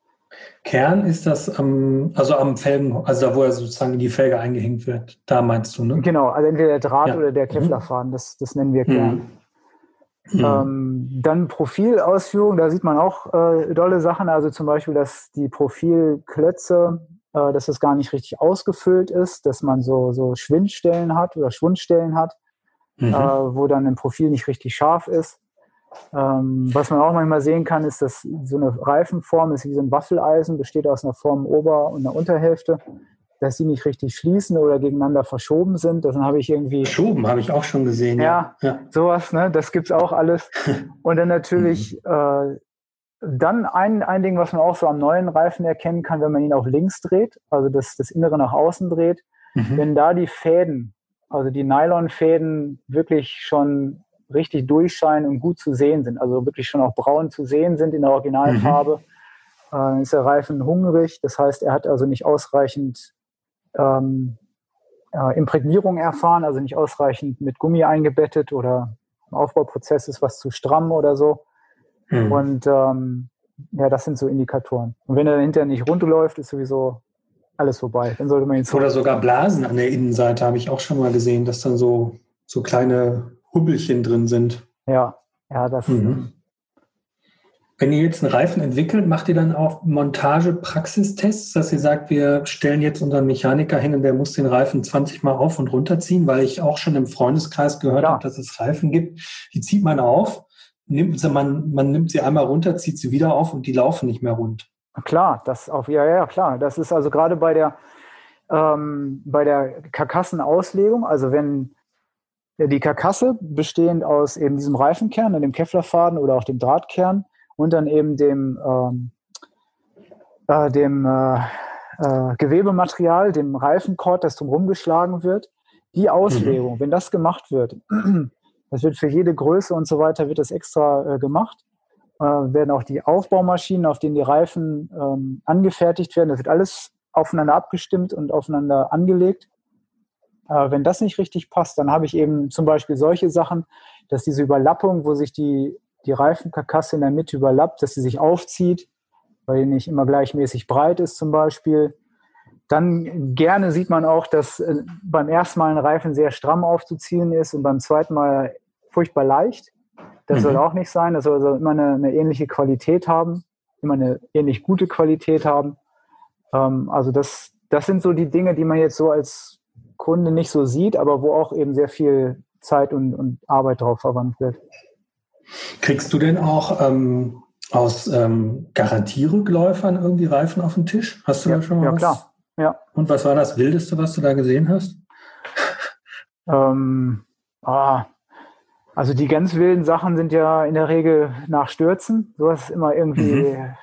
Kern ist das am, also am Felgen, also da, wo er sozusagen in die Felge eingehängt wird, da meinst du, ne? Genau, also entweder der Draht ja. oder der Kevlarfaden, das, das nennen wir Kern. Mhm. Ähm, dann Profilausführung, da sieht man auch äh, dolle Sachen, also zum Beispiel, dass die Profilklötze, äh, dass das gar nicht richtig ausgefüllt ist, dass man so, so Schwindstellen hat oder Schwundstellen hat, mhm. äh, wo dann ein Profil nicht richtig scharf ist. Ähm, was man auch manchmal sehen kann, ist, dass so eine Reifenform ist wie so ein Waffeleisen, besteht aus einer Form Ober- und einer Unterhälfte, dass die nicht richtig schließen oder gegeneinander verschoben sind. Dann habe ich irgendwie... Verschoben habe ich auch schon gesehen. Ja, ja. sowas, ne? Das gibt's auch alles. Und dann natürlich mhm. äh, dann ein, ein Ding, was man auch so am neuen Reifen erkennen kann, wenn man ihn auf links dreht, also das, das Innere nach außen dreht, mhm. wenn da die Fäden, also die Nylonfäden wirklich schon richtig durchscheinen und gut zu sehen sind, also wirklich schon auch braun zu sehen sind in der Originalfarbe, mhm. dann ist der Reifen hungrig. Das heißt, er hat also nicht ausreichend ähm, äh, Imprägnierung erfahren, also nicht ausreichend mit Gummi eingebettet oder im Aufbauprozess ist was zu stramm oder so. Mhm. Und ähm, ja, das sind so Indikatoren. Und wenn er dann hinterher nicht runterläuft, ist sowieso alles vorbei. Dann sollte man ihn Oder sogar Blasen an der Innenseite habe ich auch schon mal gesehen, dass dann so, so kleine Hubbelchen drin sind. Ja, ja, das. Mhm. Wenn ihr jetzt einen Reifen entwickelt, macht ihr dann auch Montage-Praxistests, dass ihr sagt, wir stellen jetzt unseren Mechaniker hin und der muss den Reifen zwanzig Mal auf- und runterziehen, weil ich auch schon im Freundeskreis gehört ja. habe, dass es Reifen gibt, die zieht man auf, nimmt sie, man, man nimmt sie einmal runter, zieht sie wieder auf und die laufen nicht mehr rund. Klar, das auf, ja, ja, klar. Das ist also gerade bei der, ähm, bei der Karkassenauslegung, also wenn die Karkasse bestehend aus eben diesem Reifenkern, dem Kevlarfaden oder auch dem Drahtkern und dann eben dem, ähm, äh, dem äh, äh, Gewebematerial, dem Reifenkord, das drumherum geschlagen wird, die Auslegung, mhm. wenn das gemacht wird, das wird für jede Größe und so weiter, wird das extra äh, gemacht, äh, werden auch die Aufbaumaschinen, auf denen die Reifen ähm, angefertigt werden, das wird alles aufeinander abgestimmt und aufeinander angelegt. Äh, wenn das nicht richtig passt, dann habe ich eben zum Beispiel solche Sachen, dass diese Überlappung, wo sich die, die Reifenkarkasse in der Mitte überlappt, dass sie sich aufzieht, weil die nicht immer gleichmäßig breit ist zum Beispiel. Dann gerne sieht man auch, dass äh, beim ersten Mal ein Reifen sehr stramm aufzuziehen ist und beim zweiten Mal furchtbar leicht. Das mhm. soll auch nicht sein. Das soll also immer eine, eine ähnliche Qualität haben, immer eine ähnlich gute Qualität haben. Ähm, also das, das sind so die Dinge, die man jetzt so als Kunde nicht so sieht, aber wo auch eben sehr viel Zeit und, und Arbeit drauf verwandt wird. Kriegst du denn auch ähm, aus ähm, Garantierückläufern irgendwie Reifen auf den Tisch? Hast du ja, da schon mal ja, was? Klar. Ja. Und was war das Wildeste, was du da gesehen hast? Ähm, ah, also die ganz wilden Sachen sind ja in der Regel nach Stürzen. Sowas ist immer irgendwie mhm.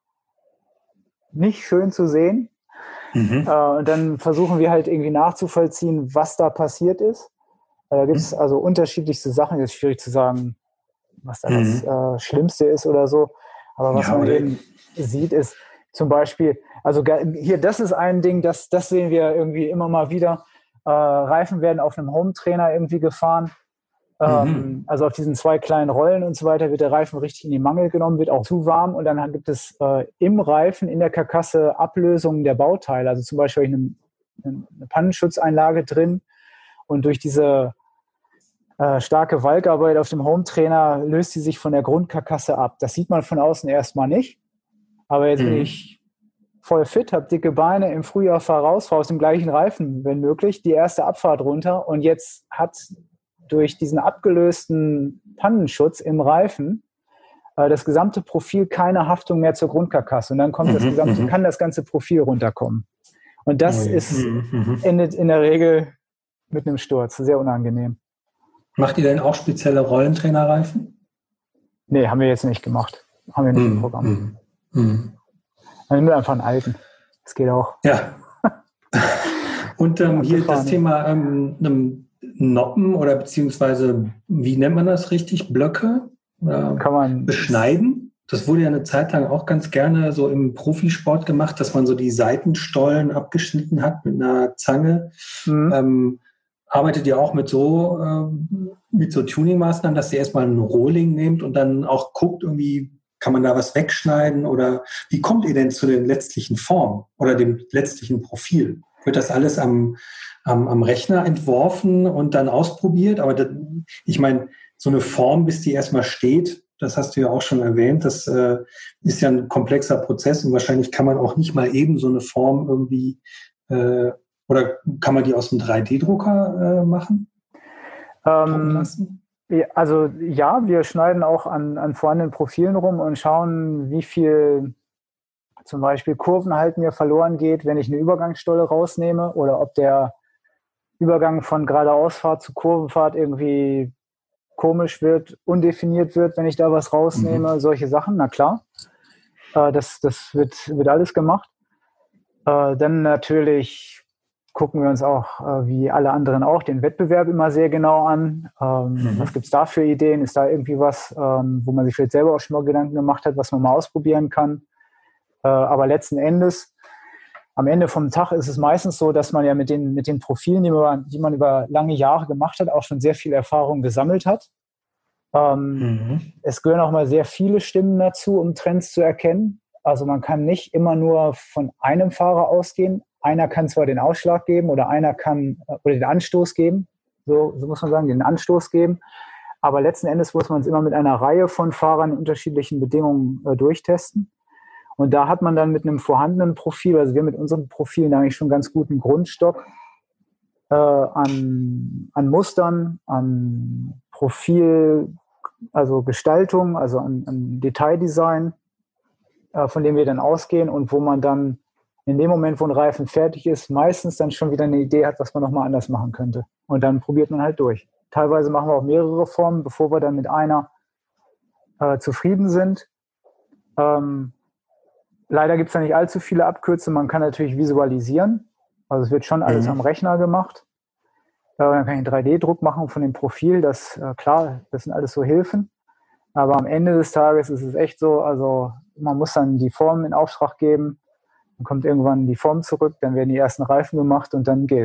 nicht schön zu sehen. Mhm. Äh, und dann versuchen wir halt irgendwie nachzuvollziehen, was da passiert ist. Äh, da gibt es mhm. also unterschiedlichste Sachen. Jetzt ist schwierig zu sagen, was da mhm. das äh, Schlimmste ist oder so. Aber was ja, man eben sieht, ist zum Beispiel, also hier, das ist ein Ding, das, das sehen wir irgendwie immer mal wieder. Äh, Reifen werden auf einem Home-Trainer irgendwie gefahren. Ähm, mhm. Also auf diesen zwei kleinen Rollen und so weiter wird der Reifen richtig in die Mangel genommen, wird auch zu warm und dann gibt es äh, im Reifen, in der Karkasse Ablösungen der Bauteile. Also zum Beispiel eine, eine Pannenschutzeinlage drin und durch diese äh, starke Walkarbeit auf dem Home-Trainer löst sie sich von der Grundkarkasse ab. Das sieht man von außen erstmal nicht. Aber jetzt mhm. bin ich voll fit, habe dicke Beine, im Frühjahr fahre raus, fahre aus dem gleichen Reifen, wenn möglich, die erste Abfahrt runter und jetzt hat durch diesen abgelösten Pannenschutz im Reifen äh, das gesamte Profil keine Haftung mehr zur Grundkarkasse und dann kommt mhm. das gesamte, kann das ganze Profil runterkommen. Und das mhm. ist, endet in der Regel mit einem Sturz, sehr unangenehm. Macht ihr denn auch spezielle Rollentrainerreifen? Nee, haben wir jetzt nicht gemacht. Haben wir nicht mhm. im Programm. Mhm. Mhm. Dann nehmen wir einfach einen alten. Das geht auch. Ja. Und ähm, hier das Thema ähm, Noppen oder beziehungsweise, wie nennt man das richtig? Blöcke? Äh, Kann man beschneiden? Das wurde ja eine Zeit lang auch ganz gerne so im Profisport gemacht, dass man so die Seitenstollen abgeschnitten hat mit einer Zange. Mhm. Ähm, arbeitet ihr auch mit so, äh, mit so Tuning-Maßnahmen, dass ihr erstmal einen Rohling nehmt und dann auch guckt, irgendwie, kann man da was wegschneiden oder wie kommt ihr denn zu den letztlichen Formen oder dem letztlichen Profil? Wird das alles am, am, am Rechner entworfen und dann ausprobiert? Aber das, ich meine, so eine Form, bis die erstmal steht, das hast du ja auch schon erwähnt, das äh, ist ja ein komplexer Prozess und wahrscheinlich kann man auch nicht mal eben so eine Form irgendwie, äh, oder kann man die aus einem drei D Drucker äh, machen? Ähm, also ja, wir schneiden auch an, an vorhandenen Profilen rum und schauen, wie viel zum Beispiel Kurvenhalt mir verloren geht, wenn ich eine Übergangsstolle rausnehme oder ob der Übergang von Geradeausfahrt zu Kurvenfahrt irgendwie komisch wird, undefiniert wird, wenn ich da was rausnehme, mhm. solche Sachen, na klar. Äh, das das wird, wird alles gemacht. Äh, dann natürlich gucken wir uns auch, äh, wie alle anderen auch, den Wettbewerb immer sehr genau an. Ähm, mhm. Was gibt es da für Ideen? Ist da irgendwie was, ähm, wo man sich vielleicht selber auch schon mal Gedanken gemacht hat, was man mal ausprobieren kann? Äh, aber letzten Endes, am Ende vom Tag ist es meistens so, dass man ja mit den, mit den Profilen, die man, die man über lange Jahre gemacht hat, auch schon sehr viel Erfahrung gesammelt hat. Ähm, mhm. Es gehören auch mal sehr viele Stimmen dazu, um Trends zu erkennen. Also man kann nicht immer nur von einem Fahrer ausgehen. Einer kann zwar den Ausschlag geben oder einer kann oder den Anstoß geben, so, so muss man sagen, den Anstoß geben. Aber letzten Endes muss man es immer mit einer Reihe von Fahrern in unterschiedlichen Bedingungen äh, durchtesten. Und da hat man dann mit einem vorhandenen Profil, also wir mit unseren Profilen eigentlich schon einen ganz guten Grundstock äh, an, an Mustern, an Profil, also Gestaltung, also an, an Detaildesign, äh, von dem wir dann ausgehen und wo man dann in dem Moment, wo ein Reifen fertig ist, meistens dann schon wieder eine Idee hat, was man nochmal anders machen könnte. Und dann probiert man halt durch. Teilweise machen wir auch mehrere Formen, bevor wir dann mit einer äh, zufrieden sind. Ähm, leider gibt es da nicht allzu viele Abkürzungen. Man kann natürlich visualisieren. Also es wird schon alles mhm. am Rechner gemacht. Äh, dann kann ich einen drei D Druck machen von dem Profil. Das, äh, klar, das sind alles so Hilfen. Aber am Ende des Tages ist es echt so, also man muss dann die Form in Auftrag geben. Dann kommt irgendwann die Form zurück, dann werden die ersten Reifen gemacht und dann gilt's.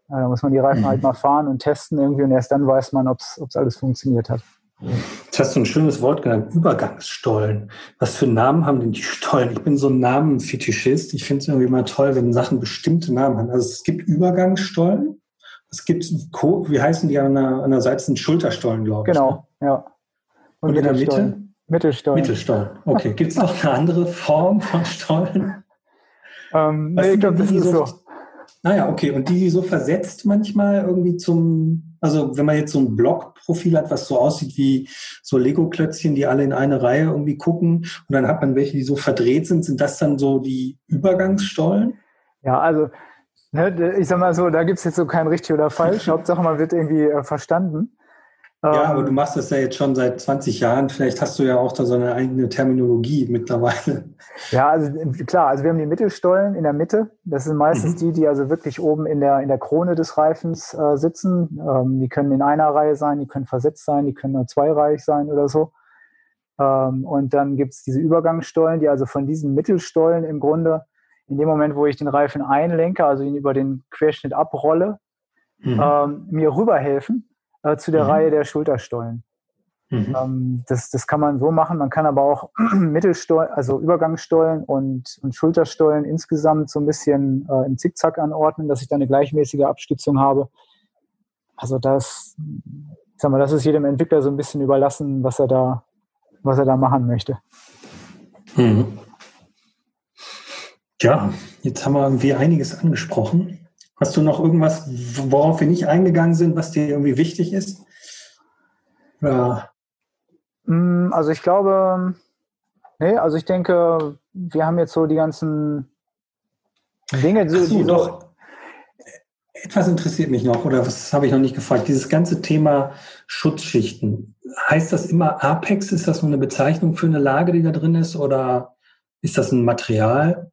Ja, da muss man die Reifen Mhm. halt mal fahren und testen irgendwie und erst dann weiß man, ob es alles funktioniert hat. Jetzt hast du ein schönes Wort genannt, Übergangsstollen. Was für Namen haben denn die Stollen? Ich bin so ein Namenfetischist. Ich finde es irgendwie immer toll, wenn Sachen bestimmte Namen haben. Also es gibt Übergangsstollen. Es gibt, wie heißen die an der, an der Seite? Sind Schulterstollen, glaube ich. Genau, Ne? ja. Und, und in der Mitte? Mittelstollen. Mittelstollen. Okay. Gibt es noch eine andere Form von Stollen? Ähm, nee, ich glaube, das ist so. Naja, okay. Und die, die so versetzt manchmal irgendwie zum, also wenn man jetzt so ein Blockprofil hat, was so aussieht wie so Lego-Klötzchen, die alle in eine Reihe irgendwie gucken und dann hat man welche, die so verdreht sind, sind das dann so die Übergangsstollen? Ja, also ne, ich sag mal so, da gibt es jetzt so kein richtig oder falsch. Hauptsache, man wird irgendwie äh, verstanden. Ja, aber du machst das ja jetzt schon seit zwanzig Jahren. Vielleicht hast du ja auch da so eine eigene Terminologie mittlerweile. Ja, also klar, also wir haben die Mittelstollen in der Mitte. Das sind meistens mhm. die, die also wirklich oben in der, in der Krone des Reifens äh, sitzen. Ähm, die können in einer Reihe sein, die können versetzt sein, die können nur zweireihig sein oder so. Ähm, und dann gibt es diese Übergangsstollen, die also von diesen Mittelstollen im Grunde in dem Moment, wo ich den Reifen einlenke, also ihn über den Querschnitt abrolle, mhm. ähm, mir rüberhelfen zu der mhm. Reihe der Schulterstollen. Mhm. Ähm, das, das kann man so machen. Man kann aber auch Mittelstollen, also Übergangsstollen und, und Schulterstollen insgesamt so ein bisschen äh, im Zickzack anordnen, dass ich da eine gleichmäßige Abstützung habe. Also das, ich sag mal, das ist jedem Entwickler so ein bisschen überlassen, was er da, was er da machen möchte. Mhm. Ja, jetzt haben wir irgendwie einiges angesprochen. Hast du noch irgendwas, worauf wir nicht eingegangen sind, was dir irgendwie wichtig ist? Ja. Also ich glaube, nee, also ich denke, wir haben jetzt so die ganzen Dinge, so, die so doch. Etwas interessiert mich noch, oder was habe ich noch nicht gefragt? Dieses ganze Thema Schutzschichten. Heißt das immer Apex? Ist das nur eine Bezeichnung für eine Lage, die da drin ist, oder ist das ein Material?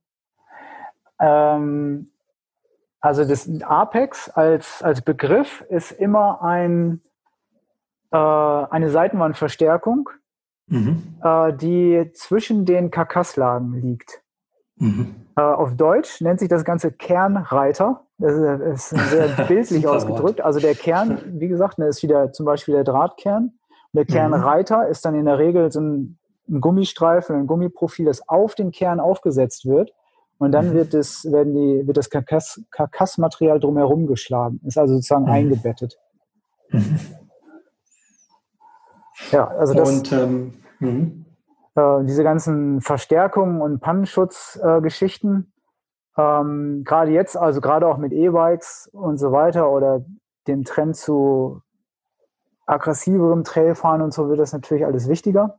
Ähm, Also das Apex als, als Begriff ist immer ein, äh, eine Seitenwandverstärkung, mhm. äh, die zwischen den Karkasslagen liegt. Mhm. Äh, auf Deutsch nennt sich das Ganze Kernreiter. Das ist, ist sehr bildlich ausgedrückt. Also der Kern, wie gesagt, ist wieder zum Beispiel der Drahtkern. Und der Kernreiter mhm. ist dann in der Regel so ein, ein Gummistreifen, ein Gummiprofil, das auf den Kern aufgesetzt wird. Und dann mhm. wird, das, werden die, wird das Karkass, Karkassmaterial drumherum geschlagen. Ist also sozusagen mhm. eingebettet. Mhm. Ja, also das, und, ähm, äh, diese ganzen Verstärkungen und Pannenschutzgeschichten, äh, ähm, gerade jetzt, also gerade auch mit E-Bikes und so weiter oder dem Trend zu aggressiverem Trailfahren und so, wird das natürlich alles wichtiger.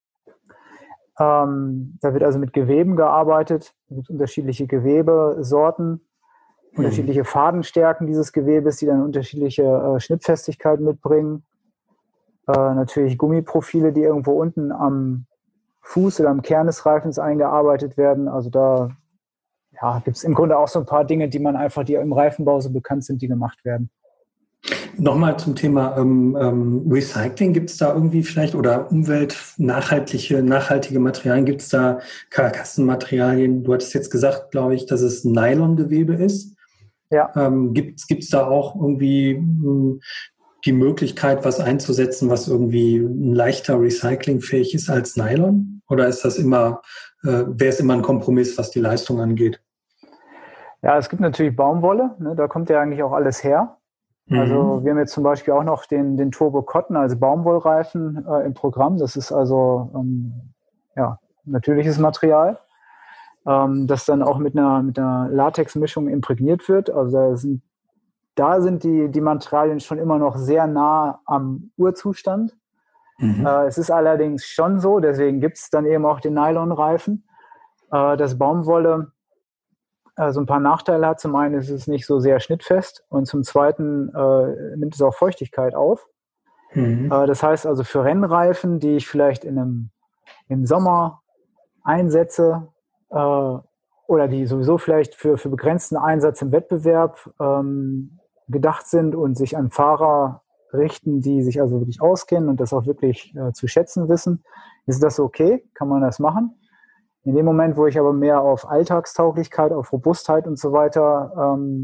Ähm, da wird also mit Geweben gearbeitet. Es gibt unterschiedliche Gewebesorten, mhm. unterschiedliche Fadenstärken dieses Gewebes, die dann unterschiedliche äh, Schnittfestigkeit mitbringen. Äh, natürlich Gummiprofile, die irgendwo unten am Fuß oder am Kern des Reifens eingearbeitet werden. Also da ja, gibt es im Grunde auch so ein paar Dinge, die man einfach, die im Reifenbau so bekannt sind, die gemacht werden. Nochmal zum Thema ähm, ähm, Recycling. Gibt es da irgendwie vielleicht oder umweltnachhaltige nachhaltige Materialien? Gibt es da Karkassenmaterialien? Du hattest jetzt gesagt, glaube ich, dass es Nylongewebe ist. Ja. Ähm, gibt es da auch irgendwie mh, die Möglichkeit, was einzusetzen, was irgendwie leichter recyclingfähig ist als Nylon? Oder ist das immer, äh, wäre es immer ein Kompromiss, was die Leistung angeht? Ja, es gibt natürlich Baumwolle. Ne, da kommt ja eigentlich auch alles her. Also wir haben jetzt zum Beispiel auch noch den, den Turbo Cotton als Baumwollreifen äh, im Programm. Das ist also ähm, ja, natürliches Material, ähm, das dann auch mit einer, mit einer Latexmischung imprägniert wird. Also da sind, da sind die, die Materialien schon immer noch sehr nah am Urzustand. Mhm. Äh, es ist allerdings schon so, deswegen gibt es dann eben auch den Nylonreifen, äh, dass Baumwolle so ein paar Nachteile hat. Zum einen ist es nicht so sehr schnittfest und zum zweiten äh, nimmt es auch Feuchtigkeit auf. Mhm. Äh, das heißt also für Rennreifen, die ich vielleicht in einem, im Sommer einsetze äh, oder die sowieso vielleicht für, für begrenzten Einsatz im Wettbewerb ähm, gedacht sind und sich an Fahrer richten, die sich also wirklich auskennen und das auch wirklich äh, zu schätzen wissen, ist das okay, kann man das machen. In dem Moment, wo ich aber mehr auf Alltagstauglichkeit, auf Robustheit und so weiter ähm,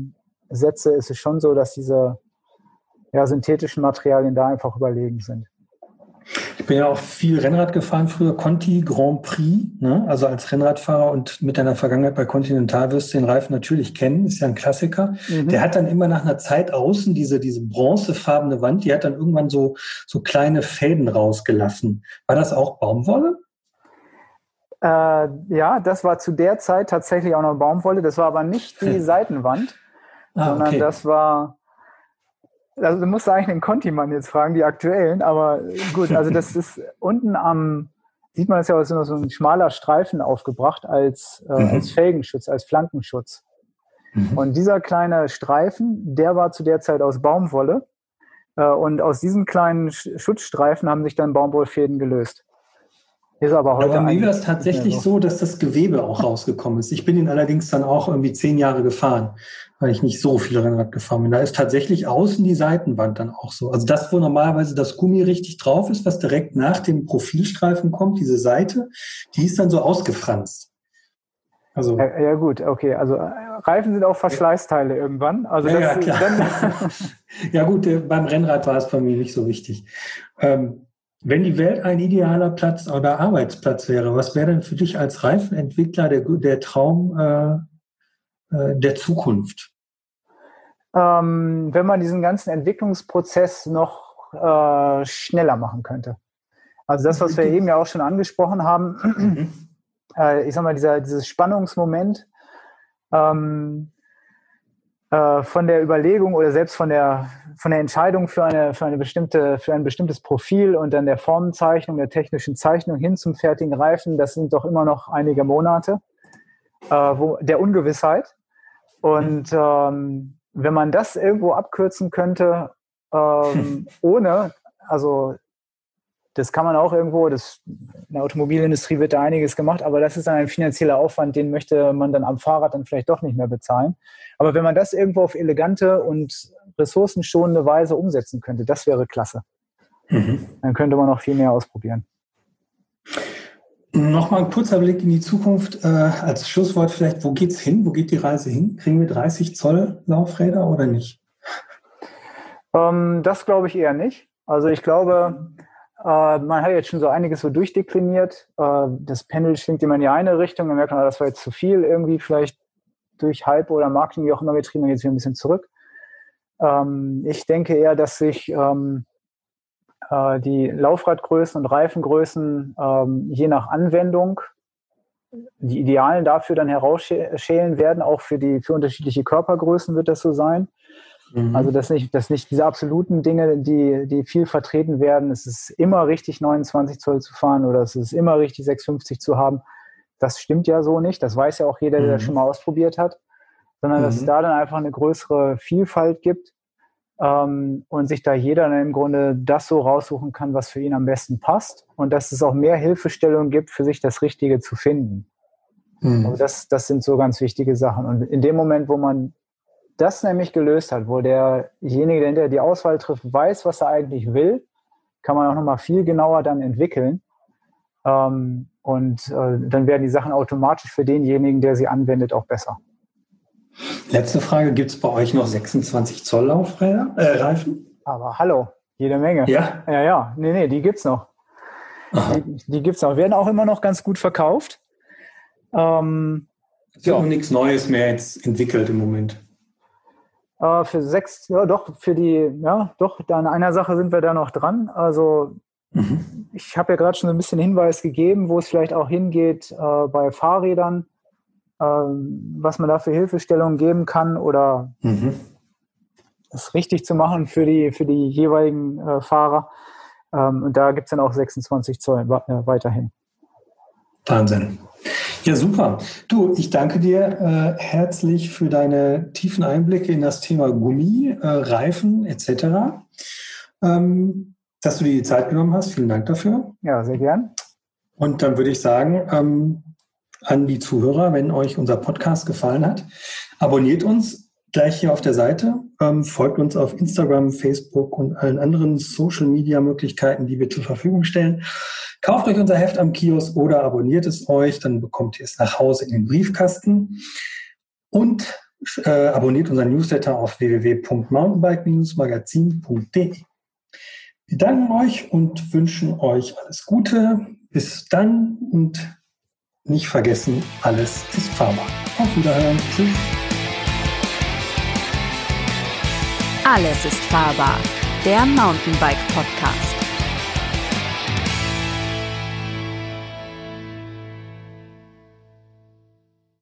setze, ist es schon so, dass diese ja, synthetischen Materialien da einfach überlegen sind. Ich bin ja auch viel Rennrad gefahren früher, Conti Grand Prix, ne? Also als Rennradfahrer und mit deiner Vergangenheit bei Continental wirst du den Reifen natürlich kennen, ist ja ein Klassiker. Mhm. Der hat dann immer nach einer Zeit außen diese, diese bronzefarbene Wand, die hat dann irgendwann so, so kleine Fäden rausgelassen. War das auch Baumwolle? Äh, ja, das war zu der Zeit tatsächlich auch noch Baumwolle. Das war aber nicht die Seitenwand, ah, sondern okay. das war... Also du musst eigentlich den Conti-Mann jetzt fragen, die aktuellen, aber gut, also das ist unten am, sieht man das ja, ist noch so ein schmaler Streifen aufgebracht als, äh, mhm. als Felgenschutz, als Flankenschutz. Mhm. Und dieser kleine Streifen, der war zu der Zeit aus Baumwolle äh, und aus diesen kleinen Schutzstreifen haben sich dann Baumwollfäden gelöst. Ist aber heute aber mir war es tatsächlich so. so, dass das Gewebe auch rausgekommen ist. Ich bin ihn allerdings dann auch irgendwie zehn Jahre gefahren, weil ich nicht so viel Rennrad gefahren bin. Da ist tatsächlich außen die Seitenwand dann auch so. Also das, wo normalerweise das Gummi richtig drauf ist, was direkt nach dem Profilstreifen kommt, diese Seite, die ist dann so ausgefranst. Also ja, ja gut, okay. Also Reifen sind auch Verschleißteile ja. irgendwann. Also ja, das, ja, klar. Dann ja gut, beim Rennrad war es bei mir nicht so wichtig. Ähm, Wenn die Welt ein idealer Platz oder Arbeitsplatz wäre, was wäre denn für dich als Reifenentwickler der, der Traum äh, äh, der Zukunft? Ähm, wenn man diesen ganzen Entwicklungsprozess noch äh, schneller machen könnte. Also das, was wir eben ja auch schon angesprochen haben, mhm. äh, ich sag mal, dieser, dieses Spannungsmoment ähm, äh, von der Überlegung oder selbst von der von der Entscheidung für eine für eine bestimmte für ein bestimmtes Profil und dann der Formenzeichnung, der technischen Zeichnung hin zum fertigen Reifen, das sind doch immer noch einige Monate äh, wo, der Ungewissheit. Und ähm, wenn man das irgendwo abkürzen könnte, ähm, ohne, also das kann man auch irgendwo, das, in der Automobilindustrie wird da einiges gemacht, aber das ist dann ein finanzieller Aufwand, den möchte man dann am Fahrrad dann vielleicht doch nicht mehr bezahlen. Aber wenn man das irgendwo auf elegante und ressourcenschonende Weise umsetzen könnte, das wäre klasse. Mhm. Dann könnte man noch viel mehr ausprobieren. Nochmal ein kurzer Blick in die Zukunft. Äh, als Schlusswort vielleicht, wo geht's hin? Wo geht die Reise hin? Kriegen wir dreißig Zoll Laufräder oder nicht? Ähm, das glaube ich eher nicht. Also ich glaube... Man hat jetzt schon so einiges so durchdekliniert. Das Pendel schwingt immer in die eine Richtung. Dann merkt man, das war jetzt zu viel irgendwie, vielleicht durch Hype oder Marketing, wie auch immer getrieben, dann geht es wieder ein bisschen zurück. Ich denke eher, dass sich die Laufradgrößen und Reifengrößen je nach Anwendung die Idealen dafür dann herausschälen werden. Auch für die für unterschiedliche Körpergrößen wird das so sein. Also das nicht, das nicht diese absoluten Dinge, die, die viel vertreten werden. Es ist immer richtig, neunundzwanzig Zoll zu fahren oder es ist immer richtig, sechs fünfzig zu haben. Das stimmt ja so nicht. Das weiß ja auch jeder, der mhm. das schon mal ausprobiert hat. Sondern mhm. dass es da dann einfach eine größere Vielfalt gibt ähm, und sich da jeder dann im Grunde das so raussuchen kann, was für ihn am besten passt. Und dass es auch mehr Hilfestellung gibt, für sich das Richtige zu finden. Mhm. Also das, das sind so ganz wichtige Sachen. Und in dem Moment, wo man das nämlich gelöst hat, wo derjenige, der hinterher die Auswahl trifft, weiß, was er eigentlich will, kann man auch nochmal viel genauer dann entwickeln. Ähm, und äh, dann werden die Sachen automatisch für denjenigen, der sie anwendet, auch besser. Letzte Frage, gibt es bei euch noch sechsundzwanzig Zoll Laufräder, äh, Reifen? Aber hallo, jede Menge. Ja? Ja, ja, nee, nee, die gibt's noch. Aha. Die, die gibt's noch. Werden auch immer noch ganz gut verkauft. Ähm, es wird ja. noch nichts Neues mehr jetzt entwickelt im Moment. Uh, für sechs, ja doch, für die, ja doch, an einer Sache sind wir da noch dran. Also mhm. ich habe ja gerade schon so ein bisschen Hinweis gegeben, wo es vielleicht auch hingeht äh, bei Fahrrädern, äh, was man da für Hilfestellungen geben kann oder mhm. das richtig zu machen für die, für die jeweiligen äh, Fahrer. Ähm, und da gibt es dann auch sechsundzwanzig Zoll äh, weiterhin. Wahnsinn. Ja, super. Du, ich danke dir äh, herzlich für deine tiefen Einblicke in das Thema Gummi, äh, Reifen et cetera. Ähm, dass du dir die Zeit genommen hast. Vielen Dank dafür. Ja, sehr gern. Und dann würde ich sagen, ähm, an die Zuhörer, wenn euch unser Podcast gefallen hat, abonniert uns gleich hier auf der Seite, ähm, folgt uns auf Instagram, Facebook und allen anderen Social-Media-Möglichkeiten, die wir zur Verfügung stellen. Kauft euch unser Heft am Kiosk oder abonniert es euch, dann bekommt ihr es nach Hause in den Briefkasten. Und äh, abonniert unseren Newsletter auf w w w punkt mountainbike magazin punkt d e. Wir danken euch und wünschen euch alles Gute. Bis dann und nicht vergessen, alles ist fahrbar. Auf Wiederhören. Tschüss. Alles ist fahrbar. Der Mountainbike Podcast.